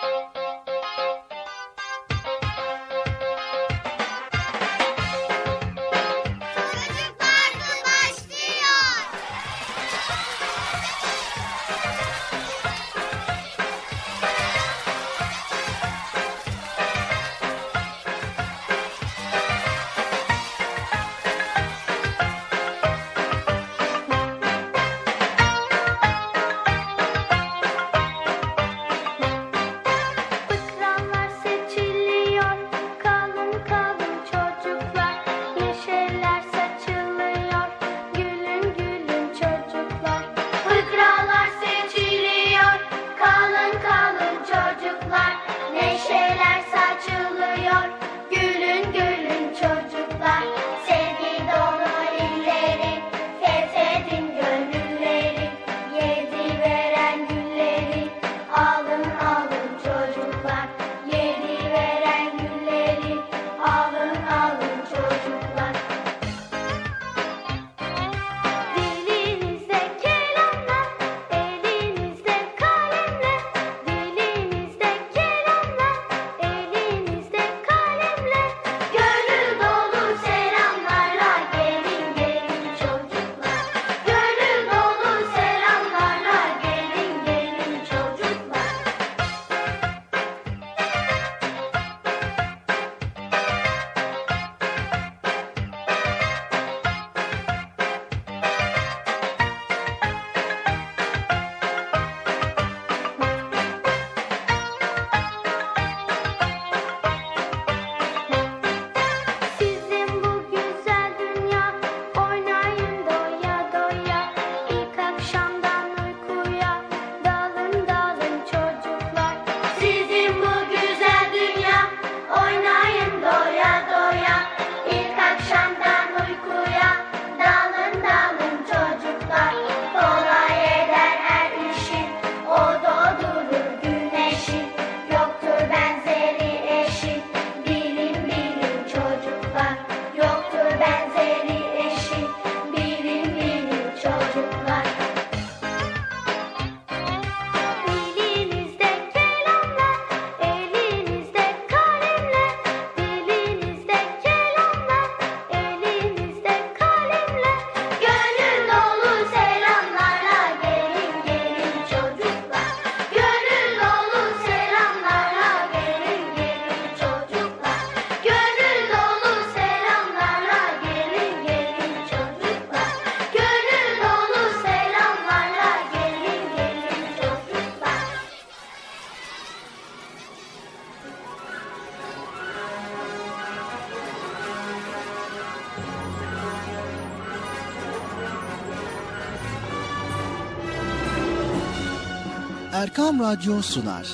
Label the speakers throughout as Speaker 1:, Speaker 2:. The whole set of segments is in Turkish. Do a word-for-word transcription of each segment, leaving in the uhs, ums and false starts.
Speaker 1: Erkam Radyo sunar.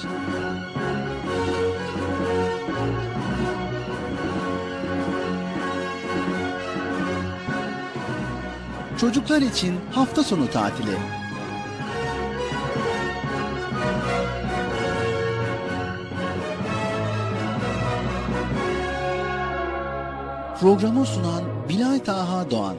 Speaker 1: Çocuklar için hafta sonu tatili. Programı sunan Bilal Taha Doğan.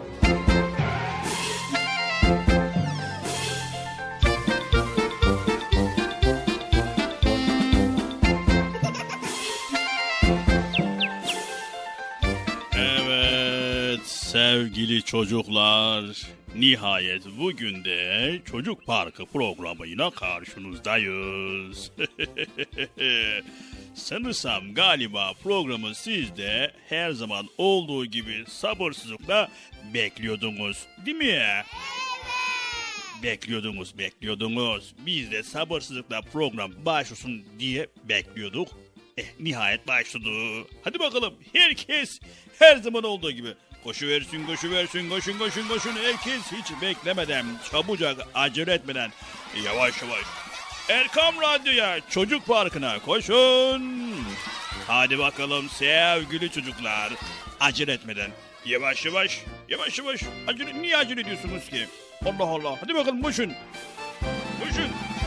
Speaker 2: Sevgili çocuklar, nihayet bugün de Çocuk Parkı programıyla karşınızdayız. Sanırsam galiba programı siz de her zaman olduğu gibi sabırsızlıkla bekliyordunuz, değil mi? Evet. Bekliyordunuz, bekliyordunuz. Biz de sabırsızlıkla program başlasın diye bekliyorduk. Eh, nihayet başladı. Hadi bakalım, herkes her zaman olduğu gibi koşuversin, koşuversin, koşun, koşun, koşun. Herkes hiç beklemeden, çabucak, acele etmeden, yavaş yavaş Erkam Radyo'ya, Çocuk Parkı'na koşun. Hadi bakalım sevgili çocuklar, acele etmeden, yavaş yavaş, yavaş yavaş. Acele, niye acele ediyorsunuz ki? Allah Allah, hadi bakalım koşun. Koşun.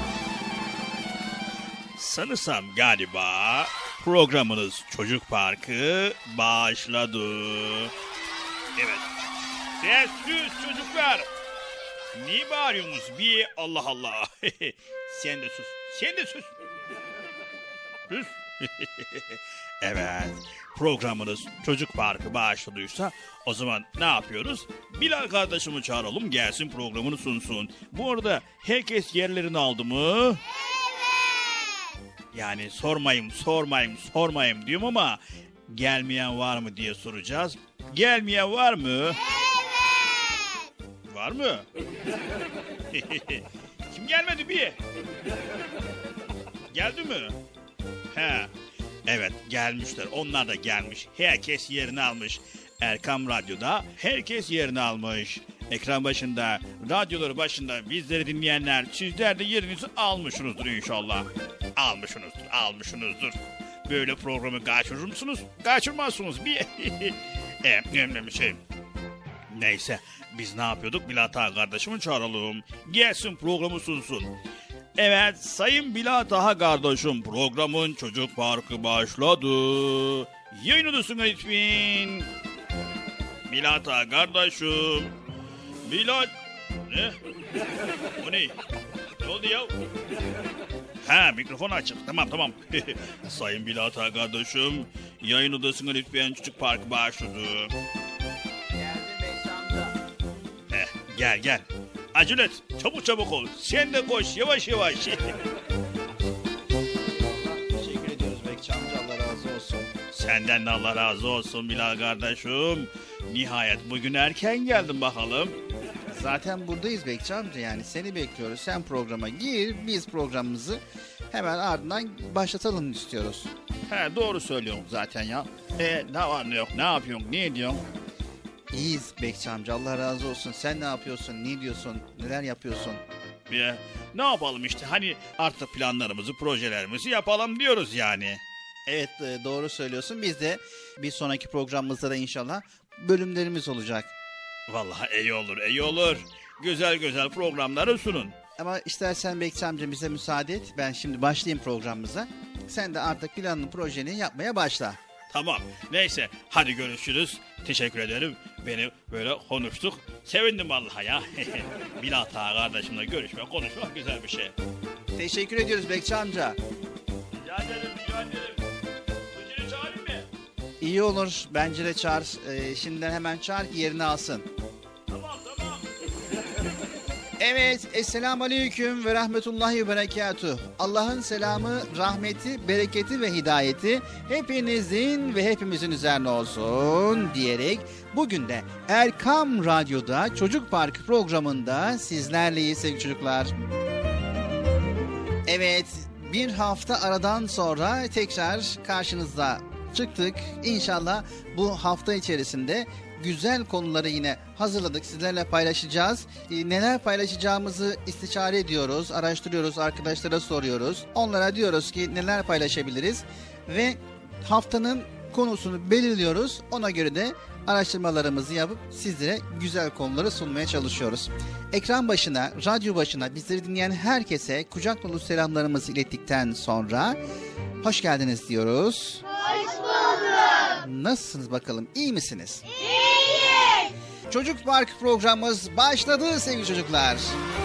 Speaker 2: Sanırsam galiba programınız Çocuk Parkı başladı. Evet. Sessiz çocuklar. Niye bağırıyorsunuz bir? Allah Allah. Sen de sus. Sen de sus. Hüs. Evet, programınız Çocuk Parkı başladıysa o zaman ne yapıyoruz? Bilal kardeşimi çağıralım, gelsin programını sunsun. Bu arada herkes yerlerini aldı mı? Evet. Yani sormayayım, sormayayım, sormayayım diyorum ama gelmeyen var mı diye soracağız. Gelmeyen var mı? Evet. Var mı? Kim gelmedi bir? Geldi mi? He. Evet, gelmişler. Onlar da gelmiş. Herkes yerini almış. Erkam Radyo'da herkes yerini almış. Ekran başında, radyoları başında bizleri dinleyenler, sizler de yerinizi almışsınızdır inşallah. Almışsınızdır, almışsınızdır. Böyle programı kaçırır mısınız? Kaçırmazsınız. Bir e, önemli bir şey. Neyse, biz ne yapıyorduk? Bilat Ağa kardeşimi çağıralım. Gelsin programı sunsun. Evet, Sayın Bilat Ağa kardeşim, programın Çocuk Parkı başladı. Yayın odasına lütfen. Bilat Ağa kardeşim. Bilat... Ne? O ne? Ne oldu ya? Ha, mikrofon açık. Tamam tamam. Sayın Bilat Ağa kardeşim, yayın odasına lütfen, Çocuk Parkı başladı.
Speaker 3: Geldim Bekçi amca.
Speaker 2: Eh, gel gel. Acele et. Çabuk çabuk ol. Sen de koş yavaş yavaş.
Speaker 3: Teşekkür ediyoruz Bekçi amca, Allah razı olsun.
Speaker 2: Senden de Allah razı olsun Bilal kardeşim. Nihayet bugün erken geldin bakalım.
Speaker 3: Zaten buradayız Bekçi amca, yani seni bekliyoruz. Sen programa gir, biz programımızı hemen ardından başlatalım istiyoruz.
Speaker 2: He, doğru söylüyorsun zaten ya. E, ne var ne yok, ne yapıyorsun, ne ediyorsun?
Speaker 3: İyiyiz Bekçi amca, Allah razı olsun. Sen ne yapıyorsun, ne diyorsun, neler yapıyorsun?
Speaker 2: E, ne yapalım işte, hani artık planlarımızı, projelerimizi yapalım diyoruz yani.
Speaker 3: Evet, e, doğru söylüyorsun. Biz de bir sonraki programımızda da inşallah bölümlerimiz olacak.
Speaker 2: Vallahi iyi olur, iyi olur. Güzel güzel programları sunun.
Speaker 3: Ama istersen Bekçi amca bize müsaade et. Ben şimdi başlayayım programımıza. Sen de artık planını, projeni yapmaya başla.
Speaker 2: Tamam. Neyse. Hadi görüşürüz. Teşekkür ederim. Beni böyle konuştuk. Sevindim vallahi ya. Bilat Ağa kardeşimle görüşmek, konuşmak güzel bir şey.
Speaker 3: Teşekkür ediyoruz Bekçi amca.
Speaker 2: Rica ederim, rica ederim. Bıcır'ı çağırayım mı?
Speaker 3: İyi olur. Bence de çağır. Ee, şimdiden hemen çağır ki yerini alsın.
Speaker 2: Tamam, tamam.
Speaker 3: Evet. Esselamu Aleyküm ve Rahmetullahi ve Berekatuhu. Allah'ın selamı, rahmeti, bereketi ve hidayeti hepinizin ve hepimizin üzerine olsun diyerek bugün de Erkam Radyo'da Çocuk Parkı programında sizlerleyiz sevgili çocuklar. Evet, bir hafta aradan sonra tekrar karşınızda çıktık. İnşallah bu hafta içerisinde güzel konuları yine hazırladık. Sizlerle paylaşacağız. Ee, neler paylaşacağımızı istişare ediyoruz, araştırıyoruz, arkadaşlara soruyoruz. Onlara diyoruz ki neler paylaşabiliriz ve haftanın konusunu belirliyoruz. Ona göre de araştırmalarımızı yapıp sizlere güzel konuları sunmaya çalışıyoruz. Ekran başına, radyo başına bizleri dinleyen herkese kucak dolu selamlarımızı ilettikten sonra hoş geldiniz diyoruz.
Speaker 4: Hoş bulduk.
Speaker 3: Nasılsınız bakalım? İyi misiniz?
Speaker 4: İyiyiz.
Speaker 3: Çocuk Park programımız başladı sevgili çocuklar.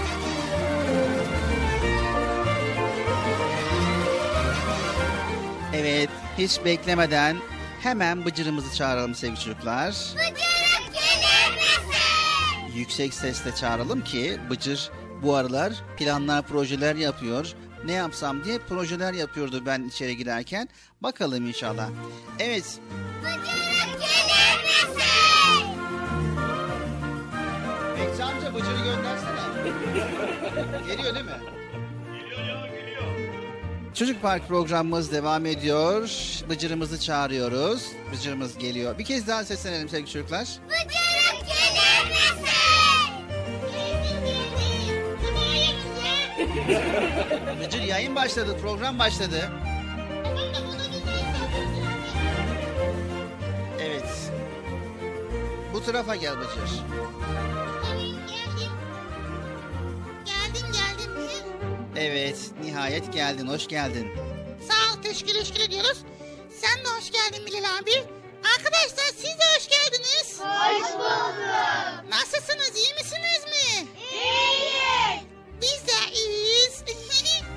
Speaker 3: Evet, hiç beklemeden hemen Bıcır'ımızı çağıralım sevgili çocuklar.
Speaker 4: Bıcırık gelir misin?
Speaker 3: Yüksek sesle çağıralım ki Bıcır bu aralar planlar, projeler yapıyor. Ne yapsam diye projeler yapıyordu ben içeri girerken. Bakalım inşallah. Evet.
Speaker 4: Bıcırık gelir misin?
Speaker 3: Bekçi amca Bıcır'ı göndersene. Geliyor değil mi?
Speaker 2: Geliyor ya, geliyor.
Speaker 3: Çocuk Park programımız devam ediyor. Bıcır'ımızı çağırıyoruz. Bıcır'ımız geliyor. Bir kez daha seslenelim sevgili çocuklar.
Speaker 4: Bıcırık gelir misin? Geldim geldim. Kınaya güzel.
Speaker 3: Bıcır yayın başladı, program başladı.
Speaker 4: Tamam da bana güzel sesleneceksin.
Speaker 3: Evet. Bu tarafa gel Bıcır.
Speaker 4: Tamam geldim. Geldim geldim.
Speaker 3: Evet, nihayet geldin, hoş geldin.
Speaker 4: Sağ ol, teşekkür teşekkür ediyoruz. Sen de hoş geldin Bilal abi. Arkadaşlar siz de hoş geldiniz. Hoş bulduk. Nasılsınız, iyi misiniz mi? İyiyiz. Biz de iyiyiz.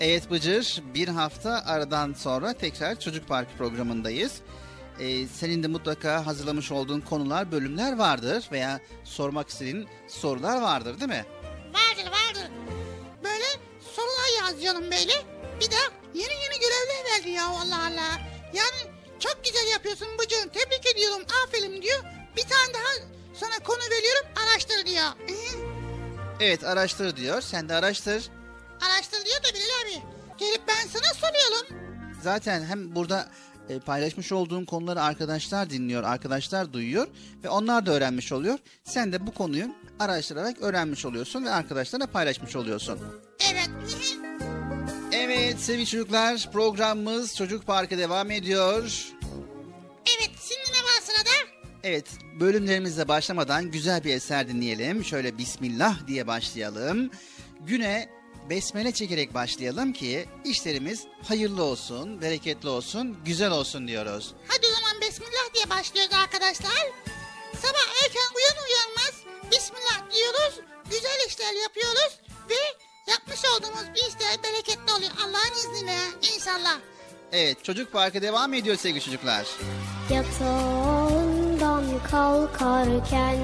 Speaker 3: Evet Bıcır, bir hafta aradan sonra tekrar Çocuk Parkı programındayız. Ee, senin de mutlaka hazırlamış olduğun konular, bölümler vardır veya sormak istediğin sorular vardır değil mi?
Speaker 4: Vardır vardır. Böyle sorular yazıyorum böyle. Bir de yeni yeni görevler verdi ya Allah Allah. Yani çok güzel yapıyorsun Bıcır'ım, tebrik ediyorum, aferin diyor. Bir tane daha sana konu veriyorum, araştır diyor.
Speaker 3: Evet, araştır diyor, sen de araştır.
Speaker 4: Araştır diyor da Bilal abi. Gelip ben sana soruyorum.
Speaker 3: Zaten hem burada e, paylaşmış olduğun konuları arkadaşlar dinliyor, arkadaşlar duyuyor ve onlar da öğrenmiş oluyor. Sen de bu konuyu araştırarak öğrenmiş oluyorsun ve arkadaşlarına paylaşmış oluyorsun.
Speaker 4: Evet.
Speaker 3: Evet sevgili çocuklar, programımız Çocuk Parkı devam ediyor.
Speaker 4: Evet, şimdi ne var sırada?
Speaker 3: Evet, bölümlerimize başlamadan güzel bir eser dinleyelim. Şöyle Bismillah diye başlayalım. Güne besmele çekerek başlayalım ki işlerimiz hayırlı olsun, bereketli olsun, güzel olsun diyoruz.
Speaker 4: Hadi o zaman Bismillah diye başlıyoruz arkadaşlar. Sabah erken uyan uyanmaz Bismillah diyoruz, güzel işler yapıyoruz ve yapmış olduğumuz bir işler bereketli oluyor Allah'ın izniyle inşallah.
Speaker 3: Evet, Çocuk Parkı devam ediyor sevgili çocuklar.
Speaker 5: Yatağından kalkarken,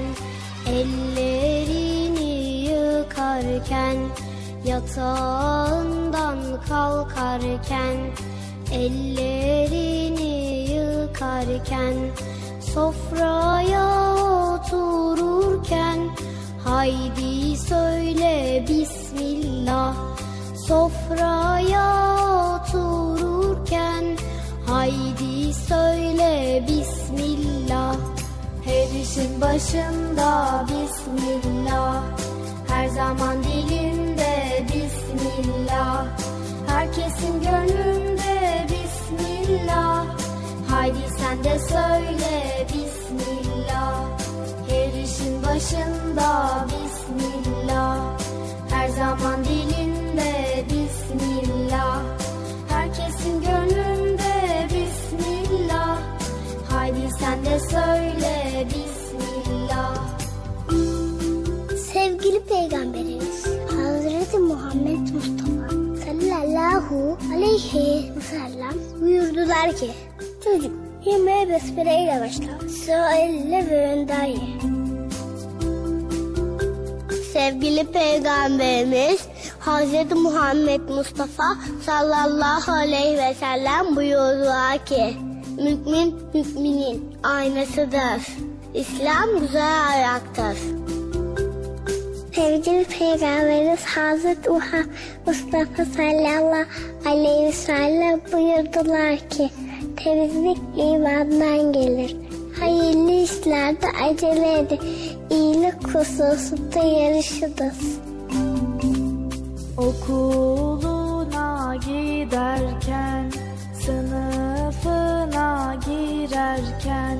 Speaker 5: ellerini yıkarken, yatağından kalkarken, ellerini yıkarken, sofraya otururken, haydi söyle Bismillah. Sofraya otururken, haydi söyle Bismillah. Her işin başında Bismillah, her zaman dilinde Bismillah, herkesin gönlünde Bismillah. Haydi sen de söyle Bismillah. Her işin başında Bismillah, her zaman dilinde Bismillah, herkesin gönlünde Bismillah. Haydi sen de söyle Bismillah.
Speaker 6: Sevgili Peygamberimiz Hazreti Muhammed Mustafa sallallahu aleyhi ve sellem buyurdular ki, çocuk yemeğe besmele ile başla, sonra elle ve önden ye. Sevgili Peygamberimiz Hazreti Muhammed Mustafa sallallahu aleyhi ve sellem buyurdular ki, mümin müminin aynasıdır, İslam güzel ayaktır. Sevgili Peygamberimiz Hazreti Mustafa sallallahu aleyhi ve sellem buyurdular ki, temizlik imandan gelir. Hayırlı işlerde acele edin. İyilik hususunda yarışınız.
Speaker 5: Okuluna giderken, sınıfına girerken,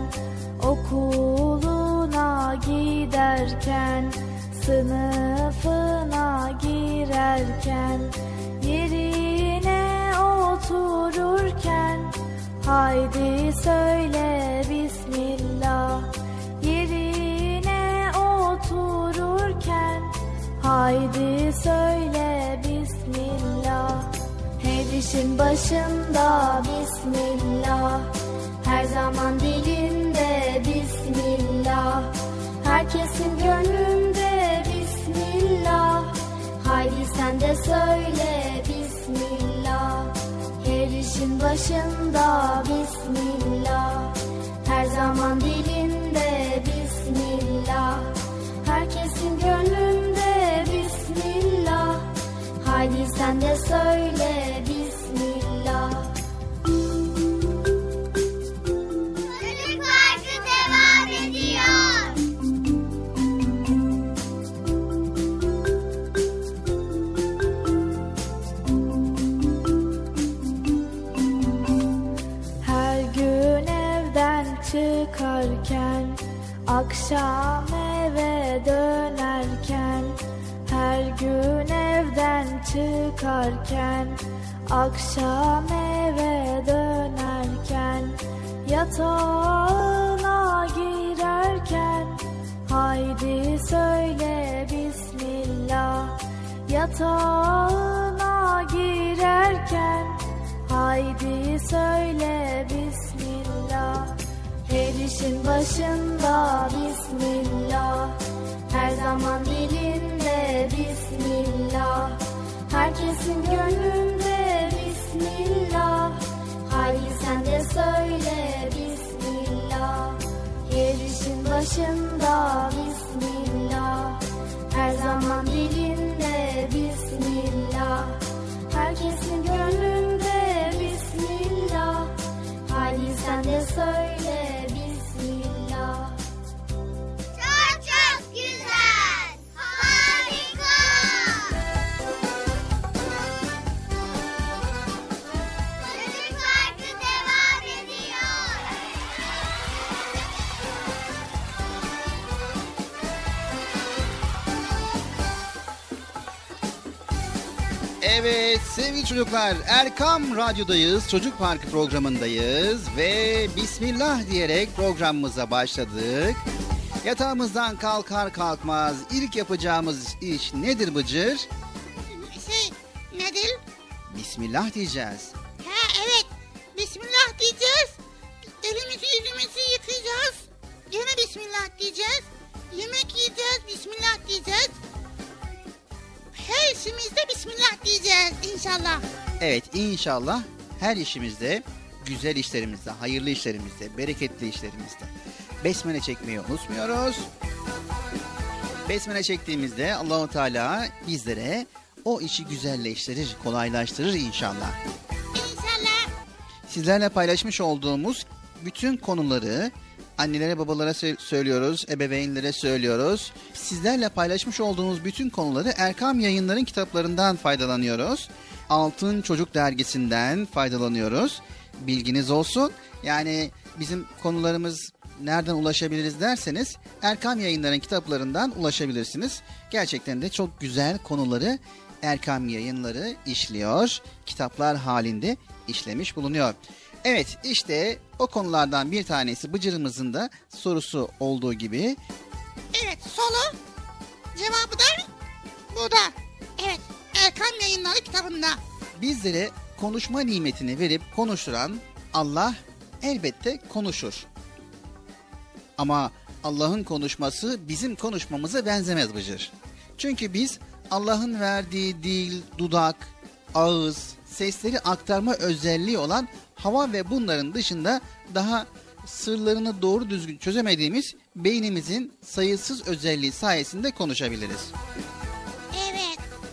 Speaker 5: okuluna giderken, sınıfına girerken, yerine otururken, haydi söyle Bismillah. Yerine otururken, haydi söyle Bismillah. Her işin başında Bismillah, her zaman dilinde Bismillah, herkesin gönlünde Bismillah. Haydi sen de söyle Bismillah. Her işin başında Bismillah, her zaman dilinde Bismillah, herkesin gönlünde Bismillah. Haydi sen de söyle Bismillah.
Speaker 6: Çocuk Parkı devam ediyor.
Speaker 5: Her gün evden çıkarken, akşam eve dönerken, her gün evden çıkarken, akşam eve dönerken, yatağına girerken, haydi söyle Bismillah. Yatağına girer haydi söyle Bismillah. Her işin başında Bismillah, her zaman dilinde Bismillah, herkesin gönlünde Bismillah. Haydi sen de söyle Bismillah. Her işin başında Bismillah, her zaman dilinde Bismillah, herkesin gönlünde Bismillah. Haydi sen de söyle Bismillah.
Speaker 6: Çok çok güzel. Harika. Çocuk Parkı devam ediyor.
Speaker 3: Evet sevgili çocuklar, Erkam Radyo'dayız, Çocuk Parkı programındayız ve Bismillah diyerek programımıza başladık. Yatağımızdan kalkar kalkmaz ilk yapacağımız iş nedir Bıcır?
Speaker 4: Şey nedir?
Speaker 3: Bismillah diyeceğiz.
Speaker 4: Ha evet. Bismillah diyeceğiz. Elimizi yüzümüzü yıkayacağız. Yine Bismillah diyeceğiz. Yemek yiyeceğiz. Bismillah diyeceğiz. Her işimizde Bismillah diyeceğiz inşallah.
Speaker 3: Evet, inşallah her işimizde, güzel işlerimizde, hayırlı işlerimizde, bereketli işlerimizde besmele çekmeyi unutmuyoruz. Besmele çektiğimizde Allahu Teala bizlere o işi güzelleştirir, kolaylaştırır inşallah.
Speaker 4: İnşallah.
Speaker 3: Sizlerle paylaşmış olduğumuz bütün konuları annelere babalara sö- söylüyoruz, ebeveynlere söylüyoruz. Sizlerle paylaşmış olduğumuz bütün konuları Erkam Yayınları'nın kitaplarından faydalanıyoruz. Altın Çocuk Dergisi'nden faydalanıyoruz. Bilginiz olsun. Yani bizim konularımız nereden ulaşabiliriz derseniz Erkam Yayınları'nın kitaplarından ulaşabilirsiniz. Gerçekten de çok güzel konuları Erkam Yayınları işliyor. Kitaplar halinde işlemiş bulunuyor. Evet, işte o konulardan bir tanesi Bıcır'ımızın da sorusu olduğu gibi.
Speaker 4: Evet, soru cevabı da burada. Evet, Erkam Yayınları kitabında.
Speaker 3: Bizlere konuşma nimetini verip konuşturan Allah elbette konuşur. Ama Allah'ın konuşması bizim konuşmamıza benzemez Bıcır. Çünkü biz Allah'ın verdiği dil, dudak, ağız, sesleri aktarma özelliği olan hava ve bunların dışında daha sırlarını doğru düzgün çözemediğimiz beynimizin sayısız özelliği sayesinde konuşabiliriz.
Speaker 4: Evet.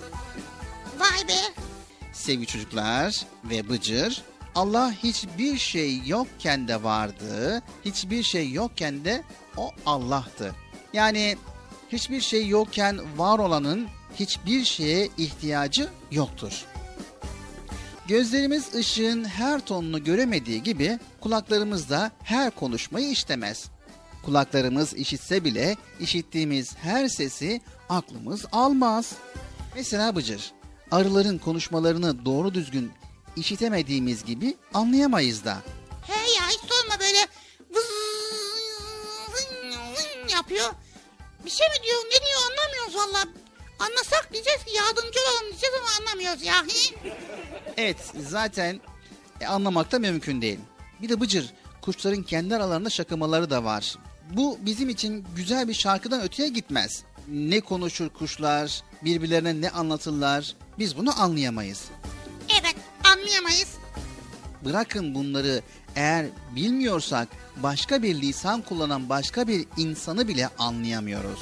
Speaker 4: Vay be.
Speaker 3: Sevgili çocuklar ve Bıcır, Allah hiçbir şey yokken de vardı, hiçbir şey yokken de o Allah'tı. Yani hiçbir şey yokken var olanın hiçbir şeye ihtiyacı yoktur. Gözlerimiz ışığın her tonunu göremediği gibi kulaklarımız da her konuşmayı işitemez. Kulaklarımız işitse bile işittiğimiz her sesi aklımız almaz. Mesela Bıcır, arıların konuşmalarını doğru düzgün işitemediğimiz gibi anlayamayız da.
Speaker 4: He ya hiç sorma böyle vız, vın, vın yapıyor. Bir şey mi diyor ne diyor anlamıyoruz valla. Anlasak diyeceğiz ki yardımcı olalım diyeceğiz ama anlamıyoruz ya.
Speaker 3: Evet, zaten e, anlamak da mümkün değil. Bir de Bıcır, kuşların kendi aralarında şakamaları da var. Bu bizim için güzel bir şarkıdan öteye gitmez. Ne konuşur kuşlar, birbirlerine ne anlatırlar, biz bunu anlayamayız.
Speaker 4: Evet anlayamayız.
Speaker 3: Bırakın bunları, eğer bilmiyorsak başka bir lisan kullanan başka bir insanı bile anlayamıyoruz.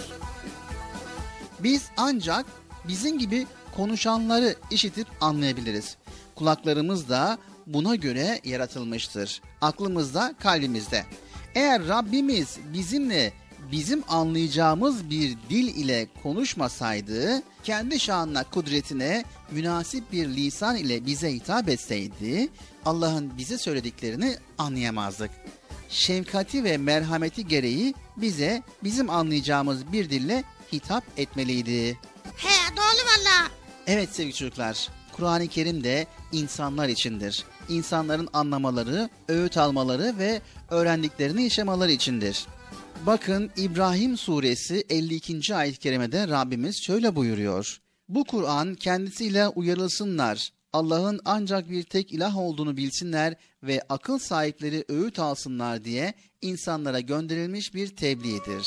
Speaker 3: Biz ancak bizim gibi konuşanları işitip anlayabiliriz. Kulaklarımız da buna göre yaratılmıştır. Aklımız da kalbimizde. Eğer Rabbimiz bizimle bizim anlayacağımız bir dil ile konuşmasaydı, kendi şanına, kudretine münasip bir lisan ile bize hitap etseydi, Allah'ın bize söylediklerini anlayamazdık. Şefkati ve merhameti gereği bize bizim anlayacağımız bir dille hitap etmeliydi.
Speaker 4: He doğru valla.
Speaker 3: Evet sevgili çocuklar, Kur'an-ı Kerim de insanlar içindir. İnsanların anlamaları, öğüt almaları ve öğrendiklerini yaşamaları içindir. Bakın İbrahim suresi elli ikinci ayet-i kerimede Rabbimiz şöyle buyuruyor. Bu Kur'an kendisiyle uyarılsınlar, Allah'ın ancak bir tek ilah olduğunu bilsinler ve akıl sahipleri öğüt alsınlar diye insanlara gönderilmiş bir tebliğdir.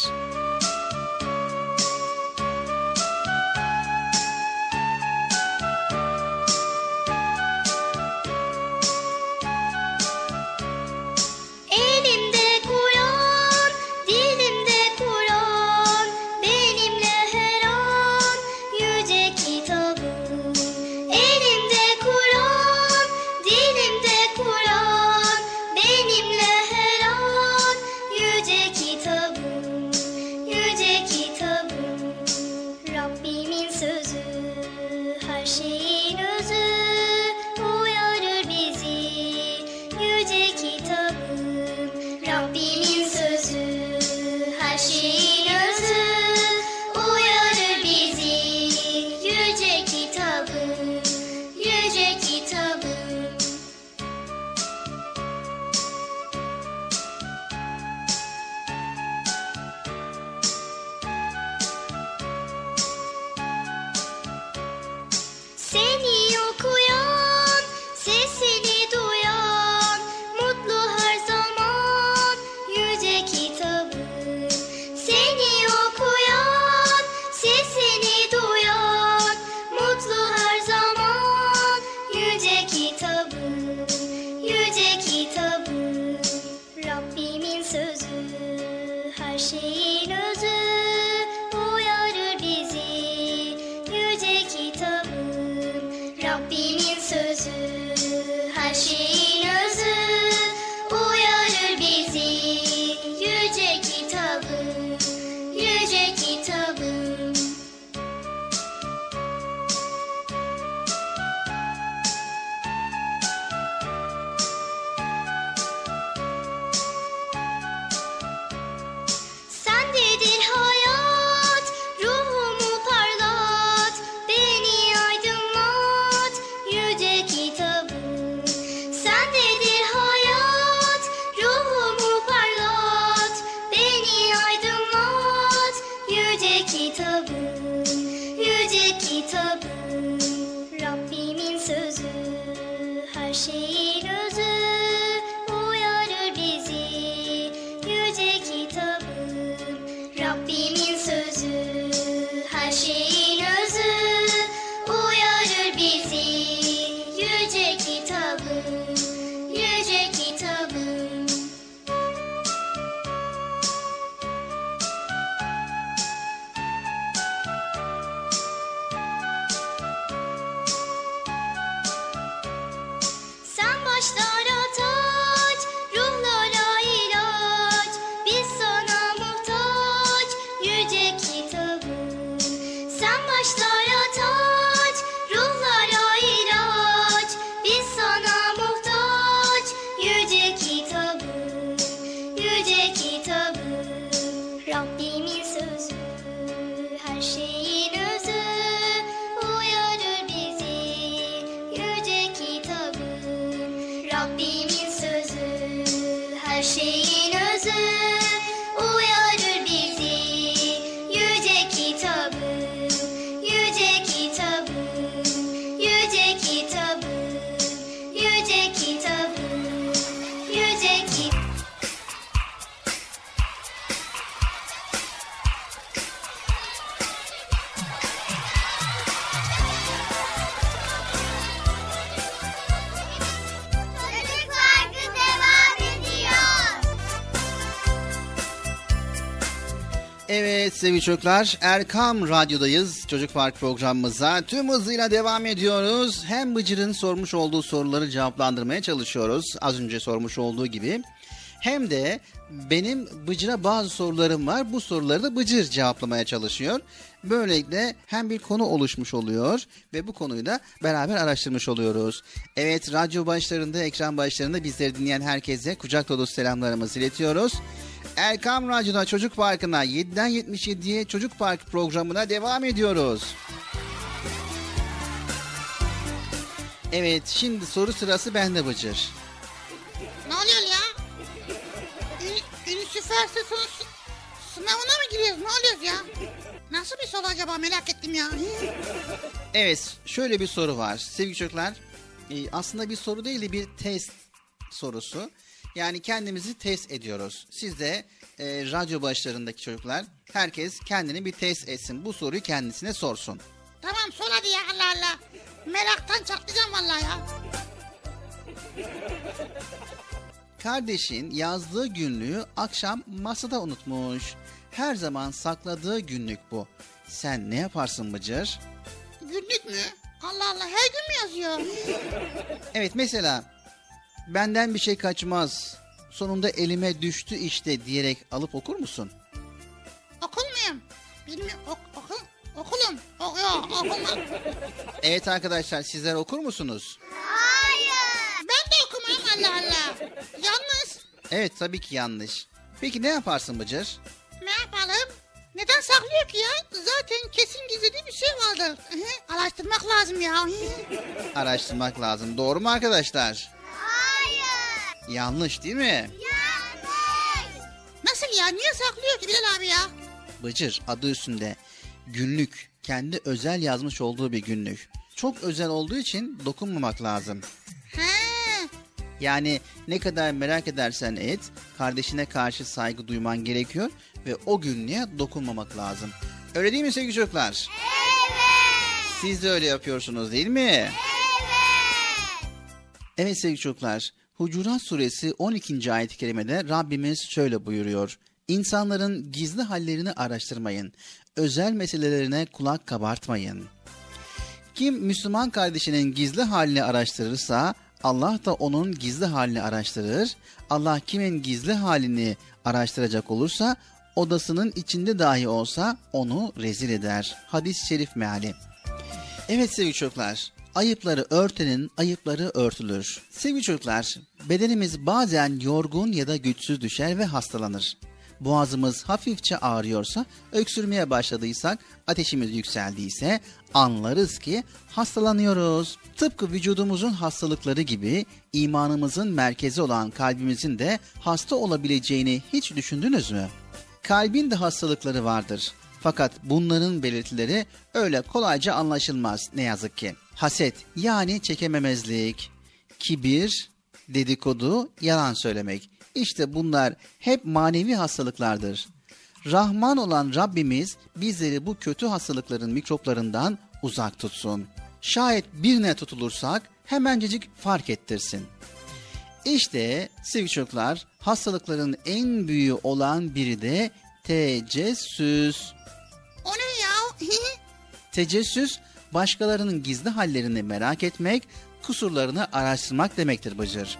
Speaker 3: Evet sevgili çocuklar, Erkam Radyo'dayız. Çocuk Park programımıza tüm hızıyla devam ediyoruz. Hem Bıcır'ın sormuş olduğu soruları cevaplandırmaya çalışıyoruz. Az önce sormuş olduğu gibi. Hem de benim Bıcır'a bazı sorularım var. Bu soruları da Bıcır cevaplamaya çalışıyor. Böylelikle hem bir konu oluşmuş oluyor ve bu konuyu da beraber araştırmış oluyoruz. Evet, radyo başlarında, ekran başlarında bizleri dinleyen herkese kucak dolusu selamlarımızı iletiyoruz. Erkam Radyo'da Çocuk Parkı'na yediden yetmiş yediye Çocuk Park programına devam ediyoruz. Evet, şimdi soru sırası bende Bıcır.
Speaker 4: Ne oluyor ya? Ün- Üniversite sonu sınavına mı giriyoruz? Ne oluyoruz ya? Nasıl bir soru acaba, merak ettim ya.
Speaker 3: Evet, şöyle bir soru var sevgili çocuklar. Ee, aslında bir soru değil de bir test sorusu. Yani kendimizi test ediyoruz. Siz de e, radyo başlarındaki çocuklar, herkes kendini bir test etsin. Bu soruyu kendisine sorsun.
Speaker 4: Tamam sor hadi ya, Allah Allah. Meraktan çatlayacağım vallahi ya.
Speaker 3: Kardeşin yazdığı günlüğü akşam masada unutmuş. Her zaman sakladığı günlük bu. Sen ne yaparsın Bıcır?
Speaker 4: Günlük mü? Allah Allah, her gün mü yazıyor?
Speaker 3: Evet, mesela benden bir şey kaçmaz, sonunda elime düştü işte diyerek alıp okur musun?
Speaker 4: Okul muyum? Bilmiyorum. Ok, okul, okulum. Ok, yok, okumam.
Speaker 3: Evet arkadaşlar, sizler okur musunuz?
Speaker 4: Ben de okumam, Allah Allah. Yalnız
Speaker 3: Evet, tabii ki yanlış. Peki ne yaparsın Bıcır?
Speaker 4: ne yapalım? Neden saklıyor ki ya? Zaten kesin gizlediği bir şey vardır. Hı, araştırmak lazım ya. Hı.
Speaker 3: Araştırmak lazım. Doğru mu arkadaşlar? Hayır. Yanlış değil mi?
Speaker 4: Nasıl ya? Niye saklıyor ki Bilal abi ya?
Speaker 3: Bıcır adı üstünde. Günlük. Kendi özel yazmış olduğu bir günlük. Çok özel olduğu için dokunmamak lazım.
Speaker 4: He.
Speaker 3: Yani ne kadar merak edersen et, kardeşine karşı saygı duyman gerekiyor ve o günlüğe dokunmamak lazım. Öyle değil mi sevgili çocuklar? Evet. Siz de öyle yapıyorsunuz değil mi? Evet. Evet sevgili çocuklar, Hucurat Suresi on ikinci ayet-i kerimede Rabbimiz şöyle buyuruyor. İnsanların gizli hallerini araştırmayın, özel meselelerine kulak kabartmayın. Kim Müslüman kardeşinin gizli halini araştırırsa, Allah da onun gizli halini araştırır. Allah kimin gizli halini araştıracak olursa, odasının içinde dahi olsa onu rezil eder. Hadis-i şerif meali. Evet sevgili çocuklar, ayıpları örtenin ayıpları örtülür. Sevgili çocuklar, bedenimiz bazen yorgun ya da güçsüz düşer ve hastalanır. Boğazımız hafifçe ağrıyorsa, öksürmeye başladıysak, ateşimiz yükseldiyse anlarız ki hastalanıyoruz. Tıpkı vücudumuzun hastalıkları gibi imanımızın merkezi olan kalbimizin de hasta olabileceğini hiç düşündünüz mü? Kalbin de hastalıkları vardır. Fakat bunların belirtileri öyle kolayca anlaşılmaz ne yazık ki. Haset yani çekememezlik, kibir, dedikodu, yalan söylemek. İşte bunlar hep manevi hastalıklardır. Rahman olan Rabbimiz bizleri bu kötü hastalıkların mikroplarından uzak tutsun. Şayet birine tutulursak hemencecik fark ettirsin. İşte sevgili çocuklar, hastalıkların en büyüğü olan biri de tecessüs.
Speaker 4: O ne ya?
Speaker 3: Tecessüs, başkalarının gizli hallerini merak etmek, kusurlarını araştırmak demektir Bıcır.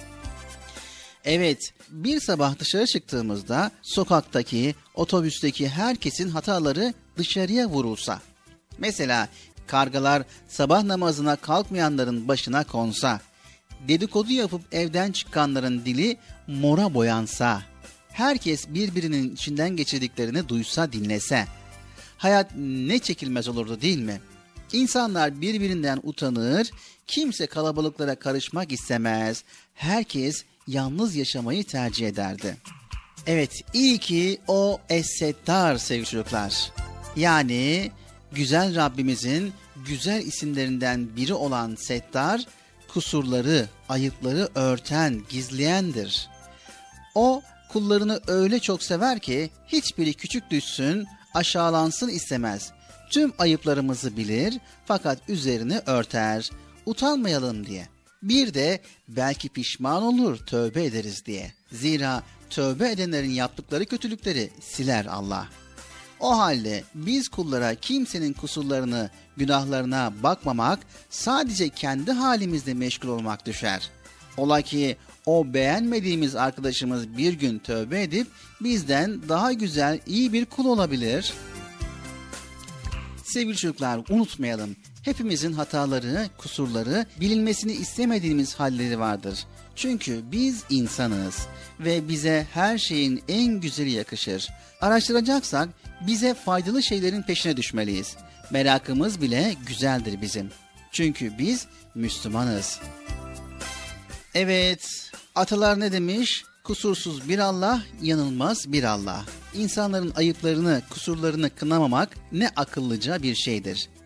Speaker 3: Evet, bir sabah dışarı çıktığımızda sokaktaki, otobüsteki herkesin hataları dışarıya vurulsa. Mesela kargalar sabah namazına kalkmayanların başına konsa, dedikodu yapıp evden çıkanların dili mora boyansa, herkes birbirinin içinden geçirdiklerini duysa dinlese, hayat ne çekilmez olurdu değil mi? İnsanlar birbirinden utanır, kimse kalabalıklara karışmak istemez, herkes yalnız yaşamayı tercih ederdi. Evet, iyi ki o Es-Settar sevgili çocuklar. Yani güzel Rabbimizin güzel isimlerinden biri olan Settar, kusurları, ayıpları örten, gizleyendir. O kullarını öyle çok sever ki hiçbiri küçük düşsün, aşağılansın istemez. Tüm ayıplarımızı bilir fakat üzerini örter, utanmayalım diye. Bir de belki pişman olur, tövbe ederiz diye. Zira tövbe edenlerin yaptıkları kötülükleri siler Allah. O halde biz kullara kimsenin kusurlarını, günahlarına bakmamak, sadece kendi halimizde meşgul olmak düşer. Ola ki o beğenmediğimiz arkadaşımız bir gün tövbe edip bizden daha güzel, iyi bir kul olabilir. Sevgili çocuklar, unutmayalım. Hepimizin hataları, kusurları, bilinmesini istemediğimiz halleri vardır. Çünkü biz insanız ve bize her şeyin en güzeli yakışır. Araştıracaksak bize faydalı şeylerin peşine düşmeliyiz. Merakımız bile güzeldir bizim. Çünkü biz Müslümanız. Evet, atalar ne demiş? Kusursuz bir Allah, yanılmaz bir Allah. İnsanların ayıplarını, kusurlarını kınamamak ne akıllıca bir şeydir.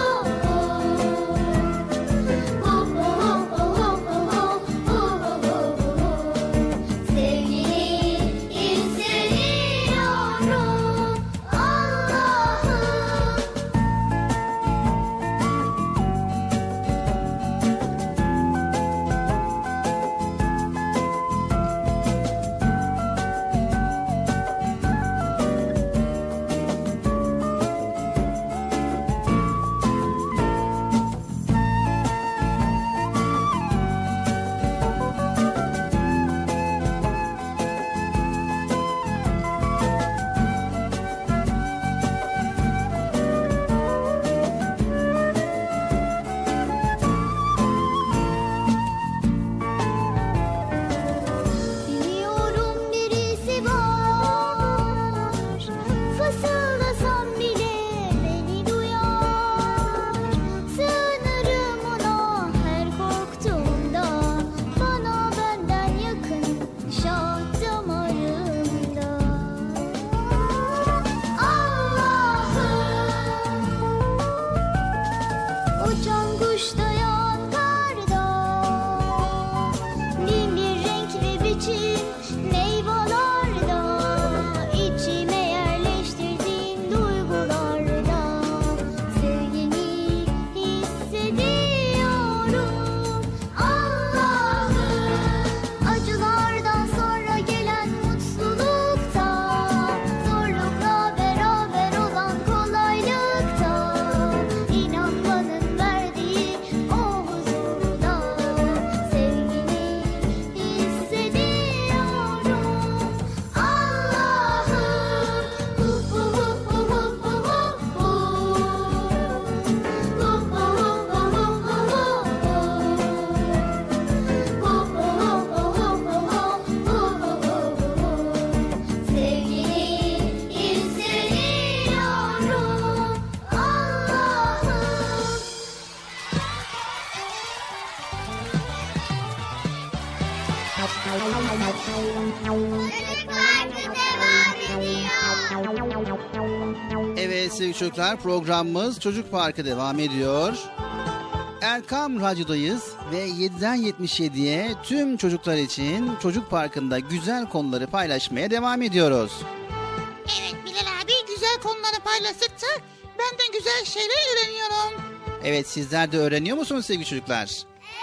Speaker 3: Evet sevgili çocuklar, programımız Çocuk Parkı devam ediyor. Erkam Radyo'dayız ve yediden yetmiş yediye tüm çocuklar için Çocuk Parkı'nda güzel konuları paylaşmaya devam ediyoruz.
Speaker 4: Evet Bilal abi, güzel konuları paylaştıkça ben de güzel şeyler öğreniyorum.
Speaker 3: Evet, sizler de öğreniyor musunuz sevgili çocuklar?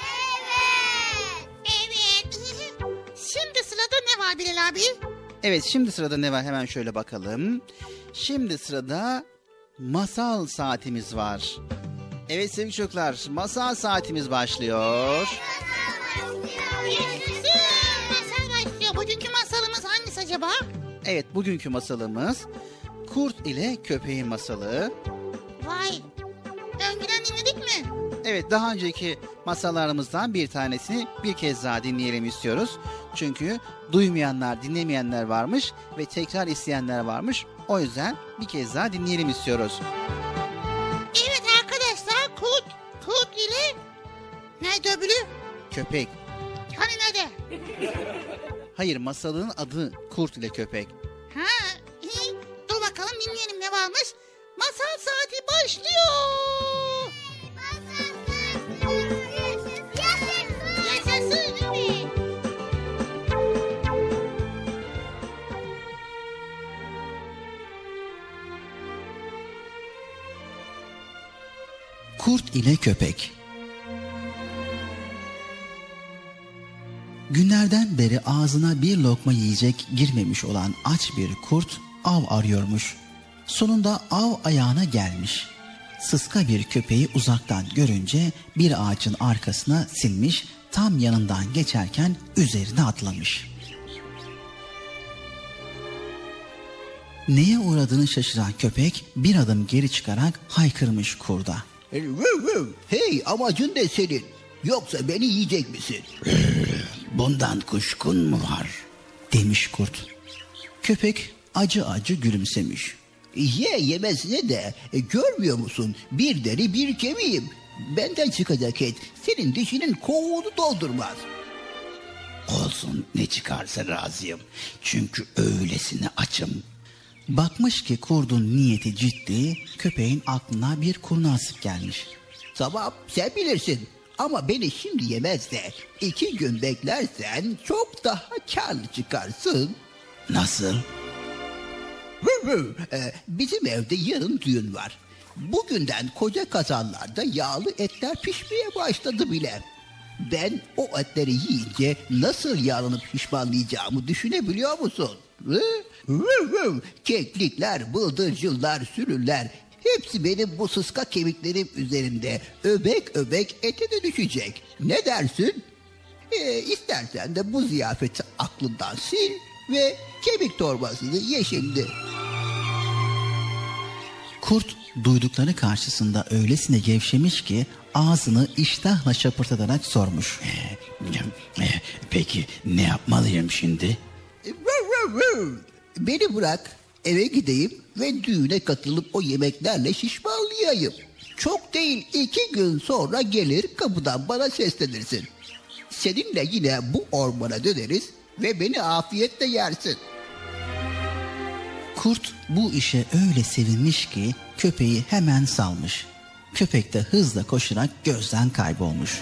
Speaker 4: Evet. Şimdi sırada ne var Bilal abi?
Speaker 3: Evet, şimdi sırada ne var hemen şöyle bakalım. Şimdi sırada masal saatimiz var. Evet sevgili çocuklar, masal saatimiz başlıyor.
Speaker 4: Masal başlıyor. Bugünkü masalımız hangisi acaba?
Speaker 3: Evet, bugünkü masalımız Kurt ile Köpeğin Masalı.
Speaker 4: Vay. Önceden dinledik mi?
Speaker 3: Evet, daha önceki masallarımızdan bir tanesini bir kez daha dinleyelim istiyoruz. Çünkü duymayanlar, dinlemeyenler varmış ve tekrar isteyenler varmış. O yüzden bir kez daha dinleyelim istiyoruz.
Speaker 4: Evet arkadaşlar, kurt, kurt ile nerede öbürü?
Speaker 3: Köpek.
Speaker 4: Hani nerede?
Speaker 3: Hayır, masalın adı Kurt ile Köpek.
Speaker 4: Ha, iyi. Dur bakalım dinleyelim ne varmış. Masal saati başlıyor. Yaşasın, evet.
Speaker 1: Kurt ile Köpek. Günlerden beri ağzına bir lokma yiyecek girmemiş olan aç bir kurt av arıyormuş. Sonunda av ayağına gelmiş. Sıska bir köpeği uzaktan görünce bir ağacın arkasına sinmiş, tam yanından geçerken üzerine atlamış. Neye uğradığını şaşıran köpek bir adım geri çıkarak haykırmış kurda.
Speaker 7: Hey, amacın ne senin? Yoksa beni yiyecek misin?
Speaker 1: Bundan kuşkun mu var? Demiş kurt. Köpek acı acı gülümsemiş.
Speaker 7: Ye yemesine de e, görmüyor musun? Bir deri bir kemiğim. Benden çıkacak et senin dişinin kovuğunu doldurmaz.
Speaker 1: Olsun, ne çıkarsa razıyım. Çünkü öylesine açım. Bakmış ki kurdun niyeti ciddi, köpeğin aklına bir kurnazlık gelmiş.
Speaker 7: Tamam, sen bilirsin. Ama beni şimdi yemez de iki gün beklersen çok daha karlı çıkarsın.
Speaker 1: Nasıl?
Speaker 7: Ee, bizim evde yarın düğün var. Bugünden koca kazanlarda yağlı etler pişmeye başladı bile. Ben o etleri yiyince nasıl yağlanıp pişmanlayacağımı düşünebiliyor musun? Hı? Keklikler, bıldırcınlar, sürüler hepsi benim bu sıska kemiklerim üzerinde öbek öbek ete de düşecek. Ne dersin? Ee, istersen de bu ziyafeti aklından sil ve kemik torbasını ye şimdi.
Speaker 1: Kurt duydukları karşısında öylesine gevşemiş ki ağzını iştahla şapırtatarak sormuş. Peki ne yapmalıyım şimdi?
Speaker 7: Beni bırak, eve gideyim ve düğüne katılıp o yemeklerle şişmanlayayım. Çok değil iki gün sonra gelir kapıdan bana seslenirsin. Seninle yine bu ormana döneriz ve beni afiyetle yersin.
Speaker 1: Kurt bu işe öyle sevinmiş ki köpeği hemen salmış. Köpek de hızla koşarak gözden kaybolmuş.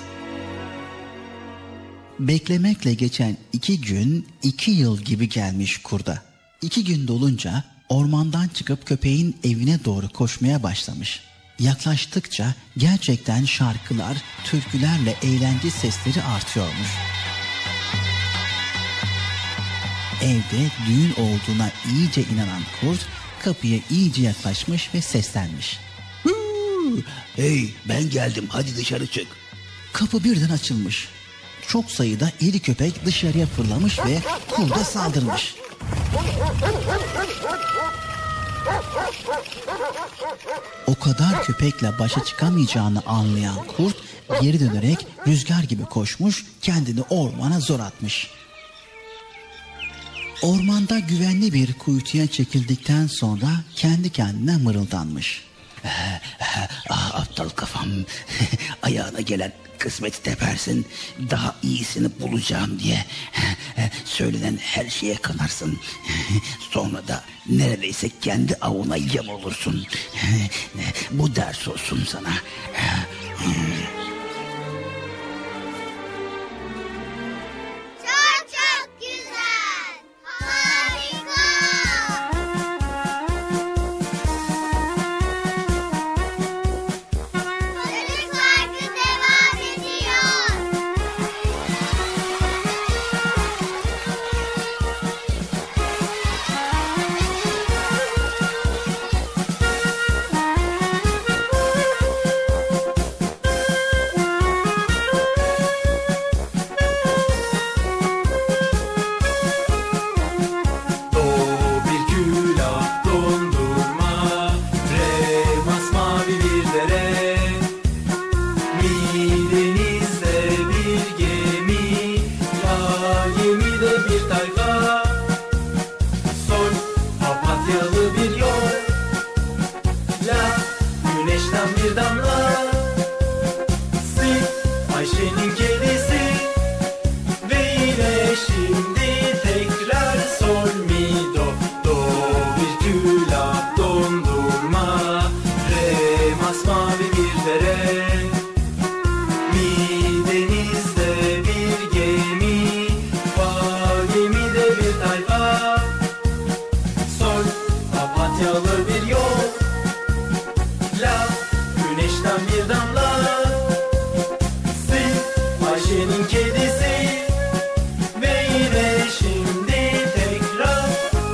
Speaker 1: Beklemekle geçen iki gün iki yıl gibi gelmiş kurda. İki gün dolunca ormandan çıkıp köpeğin evine doğru koşmaya başlamış. Yaklaştıkça gerçekten şarkılar, türkülerle eğlence sesleri artıyormuş. Evde düğün olduğuna iyice inanan kurt kapıya iyice yaklaşmış ve seslenmiş.
Speaker 7: Hey, ben geldim, hadi dışarı çık.
Speaker 1: Kapı birden açılmış. Çok sayıda iri köpek dışarıya fırlamış ve kurda saldırmış. O kadar köpekle başa çıkamayacağını anlayan kurt geri dönerek rüzgar gibi koşmuş, kendini ormana zor atmış. Ormanda güvenli bir kuytuya çekildikten sonra kendi kendine mırıldanmış.
Speaker 7: Ah, aptal kafam, ayağına gelen kısmeti tepersin, daha iyisini bulacağım diye söylenen her şeye kanarsın. Sonra da neredeyse kendi avına yem olursun. Bu ders olsun sana.
Speaker 8: papatyalı bir yol. La güneşten bir damla, Sil Ayşe'nin kedisi ve yine şimdi tekrar.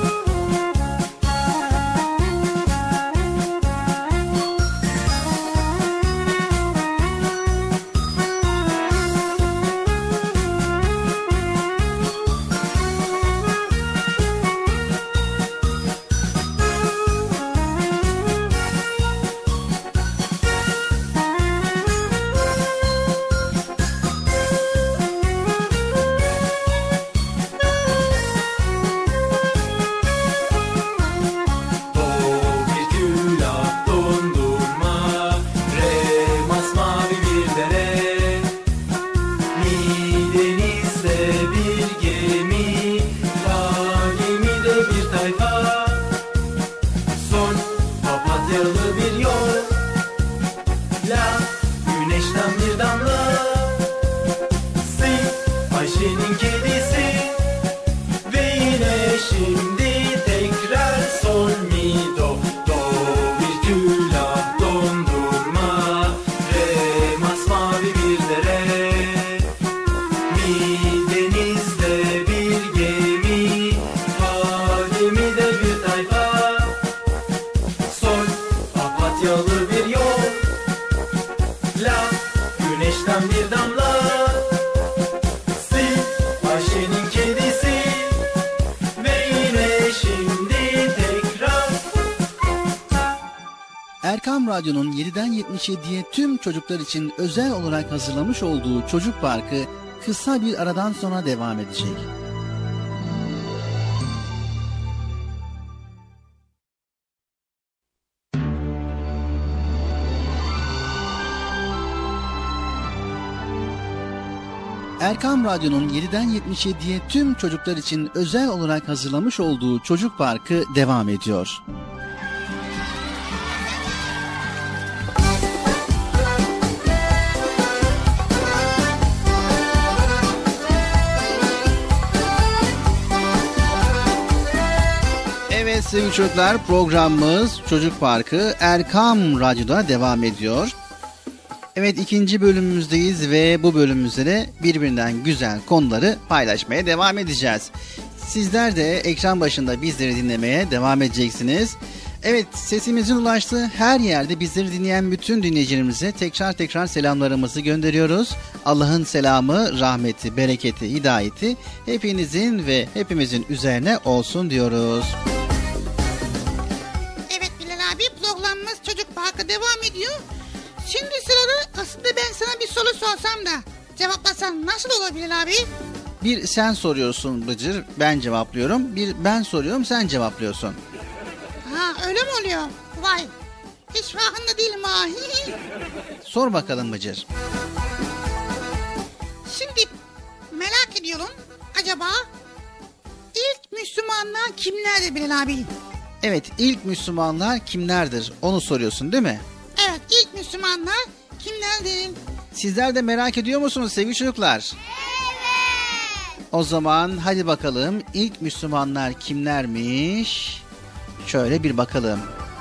Speaker 3: Erkam Radyo'nun yediden yetmiş yediye tüm çocuklar için özel olarak hazırlamış olduğu Çocuk Parkı kısa bir aradan sonra devam edecek. Erkam Radyo'nun yediden yetmiş yediye tüm çocuklar için özel olarak hazırlamış olduğu Çocuk Parkı devam ediyor. Evet sevgili çocuklar, programımız Çocuk Parkı Erkam Radyo'da devam ediyor. Evet, ikinci bölümümüzdeyiz ve bu bölümümüzde de birbirinden güzel konuları paylaşmaya devam edeceğiz. Sizler de ekran başında bizleri dinlemeye devam edeceksiniz. Evet, sesimizin ulaştığı her yerde bizleri dinleyen bütün dinleyicilerimize tekrar tekrar selamlarımızı gönderiyoruz. Allah'ın selamı, rahmeti, bereketi, hidayeti hepinizin ve hepimizin üzerine olsun diyoruz.
Speaker 4: Evet Bilal abi, programımız Çocuk Parkı devam ediyor. Şimdi sırada aslında ben sana bir soru sorsam da cevaplasan nasıl olabilir abi?
Speaker 3: Bir sen soruyorsun Bıcır, ben cevaplıyorum. Bir ben soruyorum, sen cevaplıyorsun.
Speaker 4: Ha, öyle mi oluyor? Vay, hiç farkında değilim ha.
Speaker 3: Sor bakalım Bıcır.
Speaker 4: Şimdi merak ediyorum, acaba ilk Müslümanlar kimlerdir Bilal abi?
Speaker 3: Evet, ilk Müslümanlar kimlerdir onu soruyorsun değil mi?
Speaker 4: Evet, ilk Müslümanlar kimlerdir?
Speaker 3: Sizler de merak ediyor musunuz sevgili çocuklar? Evet. O zaman hadi bakalım, ilk Müslümanlar kimlermiş? Şöyle bir bakalım.